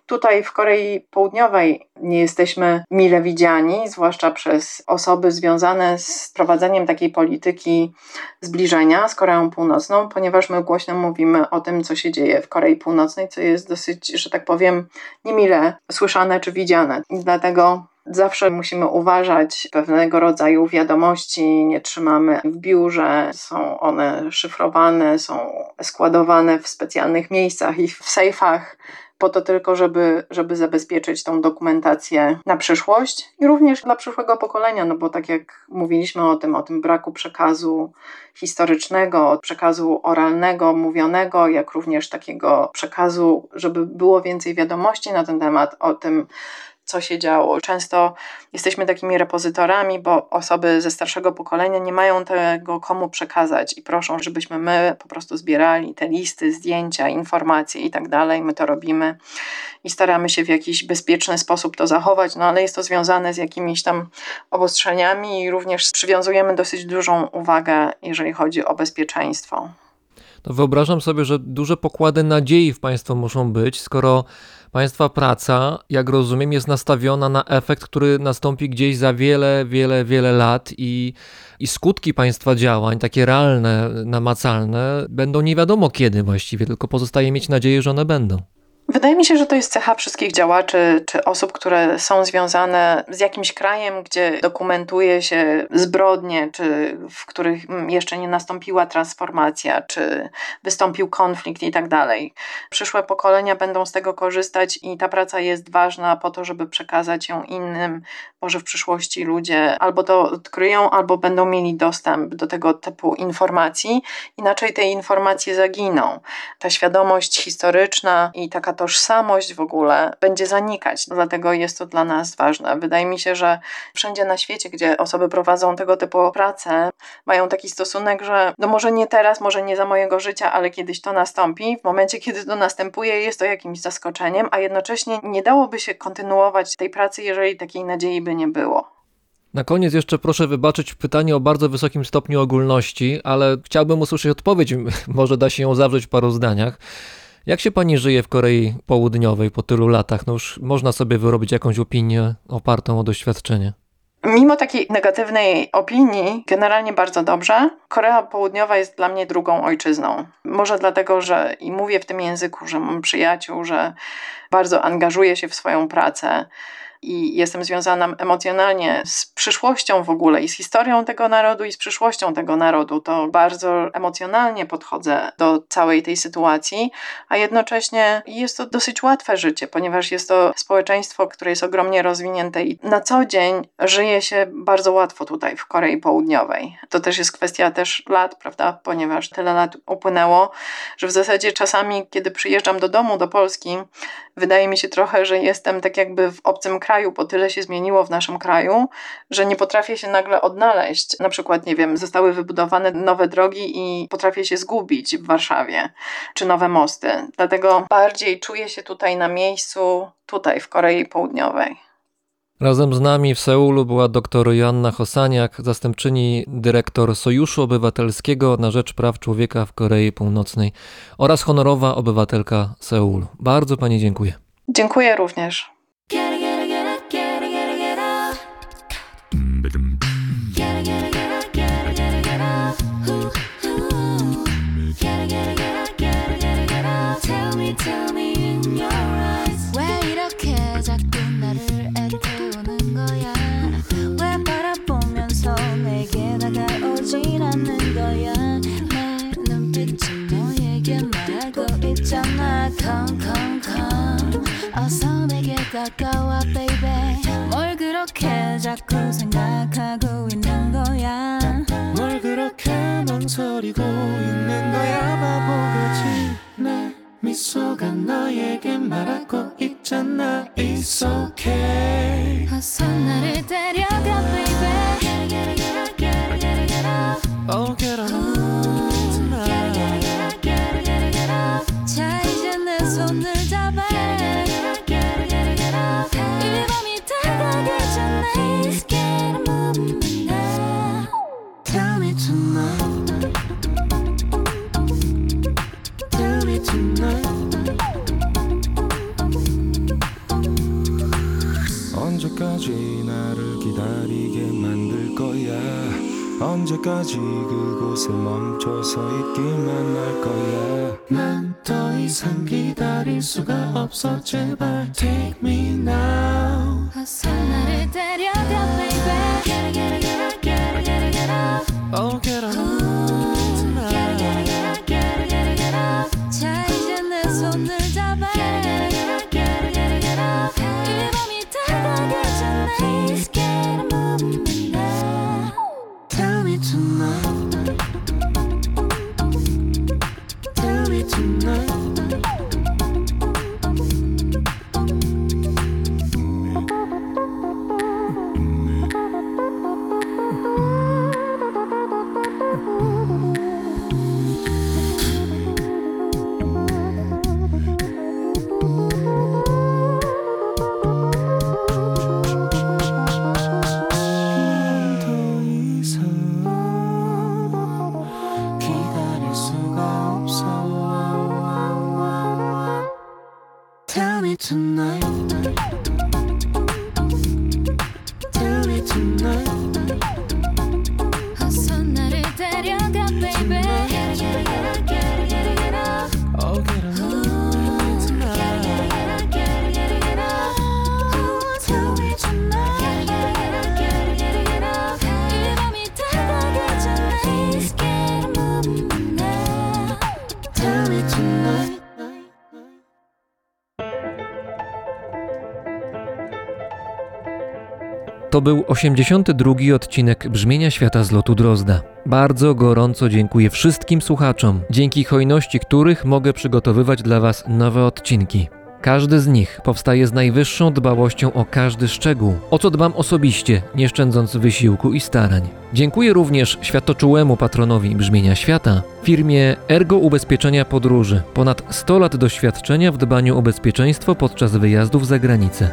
Tutaj w Korei Południowej nie jesteśmy mile widziani, zwłaszcza przez osoby związane z prowadzeniem takiej polityki zbliżenia z Koreą Północną, ponieważ my głośno mówimy o tym, co się dzieje w Korei Północnej, co jest dosyć, że tak powiem, niemile słyszane czy widziane. I dlatego zawsze musimy uważać, pewnego rodzaju wiadomości nie trzymamy w biurze, są one szyfrowane, są składowane w specjalnych miejscach i w sejfach, po to tylko, żeby, żeby zabezpieczyć tą dokumentację na przyszłość i również dla przyszłego pokolenia, no bo tak jak mówiliśmy o tym, o tym braku przekazu historycznego, przekazu oralnego, mówionego, jak również takiego przekazu, żeby było więcej wiadomości na ten temat, o tym, co się działo. Często jesteśmy takimi repozytorami, bo osoby ze starszego pokolenia nie mają tego komu przekazać i proszą, żebyśmy my po prostu zbierali te listy, zdjęcia, informacje i tak dalej. My to robimy i staramy się w jakiś bezpieczny sposób to zachować, no ale jest to związane z jakimiś tam obostrzeniami i również przywiązujemy dosyć dużą uwagę, jeżeli chodzi o bezpieczeństwo. No wyobrażam sobie, że duże pokłady nadziei w państwo muszą być, skoro państwa praca, jak rozumiem, jest nastawiona na efekt, który nastąpi gdzieś za wiele, wiele, wiele lat i, i skutki państwa działań, takie realne, namacalne, będą nie wiadomo kiedy właściwie, tylko pozostaje mieć nadzieję, że one będą. Wydaje mi się, że to jest cecha wszystkich działaczy czy osób, które są związane z jakimś krajem, gdzie dokumentuje się zbrodnie, czy w których jeszcze nie nastąpiła transformacja, czy wystąpił konflikt i tak dalej. Przyszłe pokolenia będą z tego korzystać i ta praca jest ważna po to, żeby przekazać ją innym. Może w przyszłości ludzie albo to odkryją, albo będą mieli dostęp do tego typu informacji. Inaczej te informacje zaginą. Ta świadomość historyczna i taka tożsamość w ogóle będzie zanikać. Dlatego jest to dla nas ważne. Wydaje mi się, że wszędzie na świecie, gdzie osoby prowadzą tego typu pracę, mają taki stosunek, że no może nie teraz, może nie za mojego życia, ale kiedyś to nastąpi. W momencie, kiedy to następuje, jest to jakimś zaskoczeniem, a jednocześnie nie dałoby się kontynuować tej pracy, jeżeli takiej nadziei by nie było. Na koniec jeszcze proszę wybaczyć pytanie o bardzo wysokim stopniu ogólności, ale chciałbym usłyszeć odpowiedź, może da się ją zawrzeć w paru zdaniach. Jak się pani żyje w Korei Południowej po tylu latach? No już można sobie wyrobić jakąś opinię opartą o doświadczenie. Mimo takiej negatywnej opinii, generalnie bardzo dobrze. Korea Południowa jest dla mnie drugą ojczyzną. Może dlatego, że i mówię w tym języku, że mam przyjaciół, że bardzo angażuję się w swoją pracę i jestem związana emocjonalnie z przyszłością w ogóle i z historią tego narodu i z przyszłością tego narodu. To bardzo emocjonalnie podchodzę do całej tej sytuacji, a jednocześnie jest to dosyć łatwe życie, ponieważ jest to społeczeństwo, które jest ogromnie rozwinięte i na co dzień żyje się bardzo łatwo tutaj w Korei Południowej. To też jest kwestia też lat, prawda, ponieważ tyle lat upłynęło, że w zasadzie czasami, kiedy przyjeżdżam do domu, do Polski, wydaje mi się trochę, że jestem tak jakby w obcym kraju, bo tyle się zmieniło w naszym kraju, że nie potrafię się nagle odnaleźć. Na przykład, nie wiem, zostały wybudowane nowe drogi i potrafię się zgubić w Warszawie, czy nowe mosty. Dlatego bardziej czuję się tutaj na miejscu, tutaj w Korei Południowej. Razem z nami w Seulu była dr Joanna Hosaniak, zastępczyni dyrektor Sojuszu Obywatelskiego na rzecz praw człowieka w Korei Północnej oraz honorowa obywatelka Seulu. Bardzo pani dziękuję. Dziękuję również. Come, come, come 어서 내게 가까워 baby 뭘 그렇게 자꾸 생각하고 있는 거야 뭘 그렇게 망설이고 있는 거야 바보같이 내 미소가 너에게 말하고 있잖아 It's okay 어서 나를 데려가 baby Get, get, get, get, get, get up Oh get up tonight 자 이제 내 손을 잡아 이 밤이 다가기 전에 Let's get moving now Tell me tonight Tell me tonight 언제까지 나를 기다리게 만들 거야 언제까지 그곳에 멈춰서 있기만 할 거야 난 더 이상 기다릴 수가 없어 제발 Take me now 어서 나를 데려가 baby Get it get it get it get it get it get it Oh get on Get it get it get it get it get it get it 자 이제 내 손을 잡아 Get it get it get it get it get it 이 밤이 다가기 전에 Please get a movement now Tell me tonight Tell me tonight Tell me tonight Tell me tonight 어서 나를 데려가 baby Get it get it get it get it get it get it Oh get on tonight Get it get it get it get it Tell me tonight Get it get it get it get it get it 이 밤이 다가기 전에 Please get a movement now Tell me tonight To był osiemdziesiąty drugi odcinek Brzmienia Świata z lotu Drozda. Bardzo gorąco dziękuję wszystkim słuchaczom, dzięki hojności których mogę przygotowywać dla Was nowe odcinki. Każdy z nich powstaje z najwyższą dbałością o każdy szczegół, o co dbam osobiście, nie szczędząc wysiłku i starań. Dziękuję również światoczułemu patronowi Brzmienia Świata, firmie Ergo Ubezpieczenia Podróży, ponad sto lat doświadczenia w dbaniu o bezpieczeństwo podczas wyjazdów za granicę.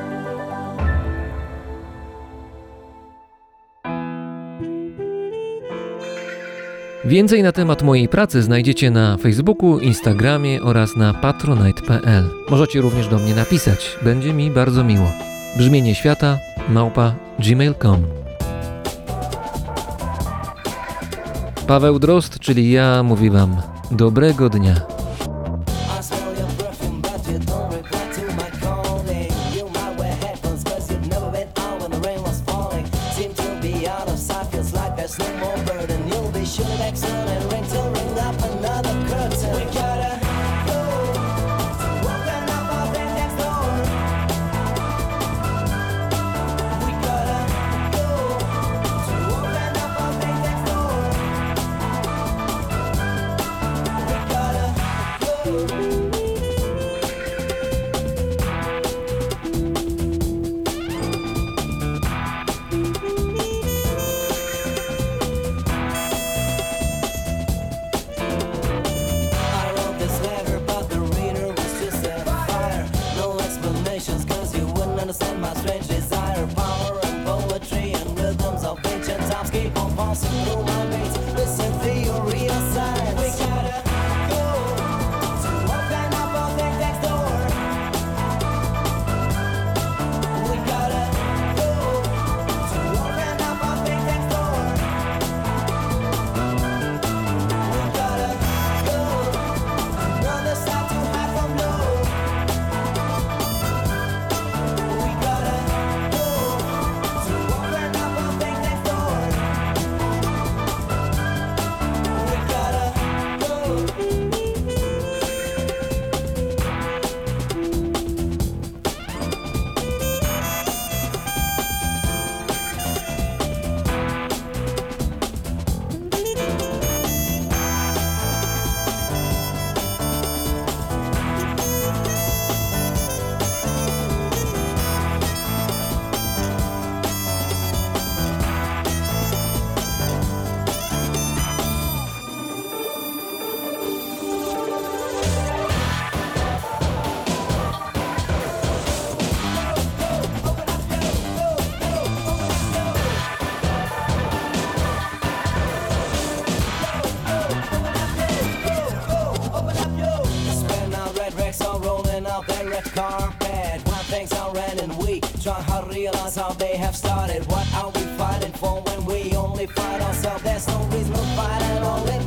Więcej na temat mojej pracy znajdziecie na Facebooku, Instagramie oraz na patronite kropka p l. Możecie również do mnie napisać, będzie mi bardzo miło. Brzmienie świata małpa gmail kropka com. Paweł Drozd, czyli ja, mówi Wam dobrego dnia. I smell your perfume, but you don't reply to my calling. You might wear headphones, cause you've never been out when the rain was falling. Seem to be out of sight, feels like there's no more burden. You'll be shooting back soon and ring to ring up another curtain. We gotta go to open up our bed next door. We gotta go to open up our bed next door. We gotta go. I wrote this letter, but the reader was just a fire. No explanations, cause you wouldn't understand my strange desire. Power and poetry and rhythms of ancient times keep on passing through my veins. Listen, theory of science. We gotta go to open up our big next door. We gotta go to open up our big next door. We gotta go another step to hide from no. We gotta go to open up our big next door. We gotta go. Spend our red racks all rolling out that red carpet. When things are running weak, try hard don't realize how they have started. What are we fighting for when we only fight ourselves? There's no reason to fight at all. Let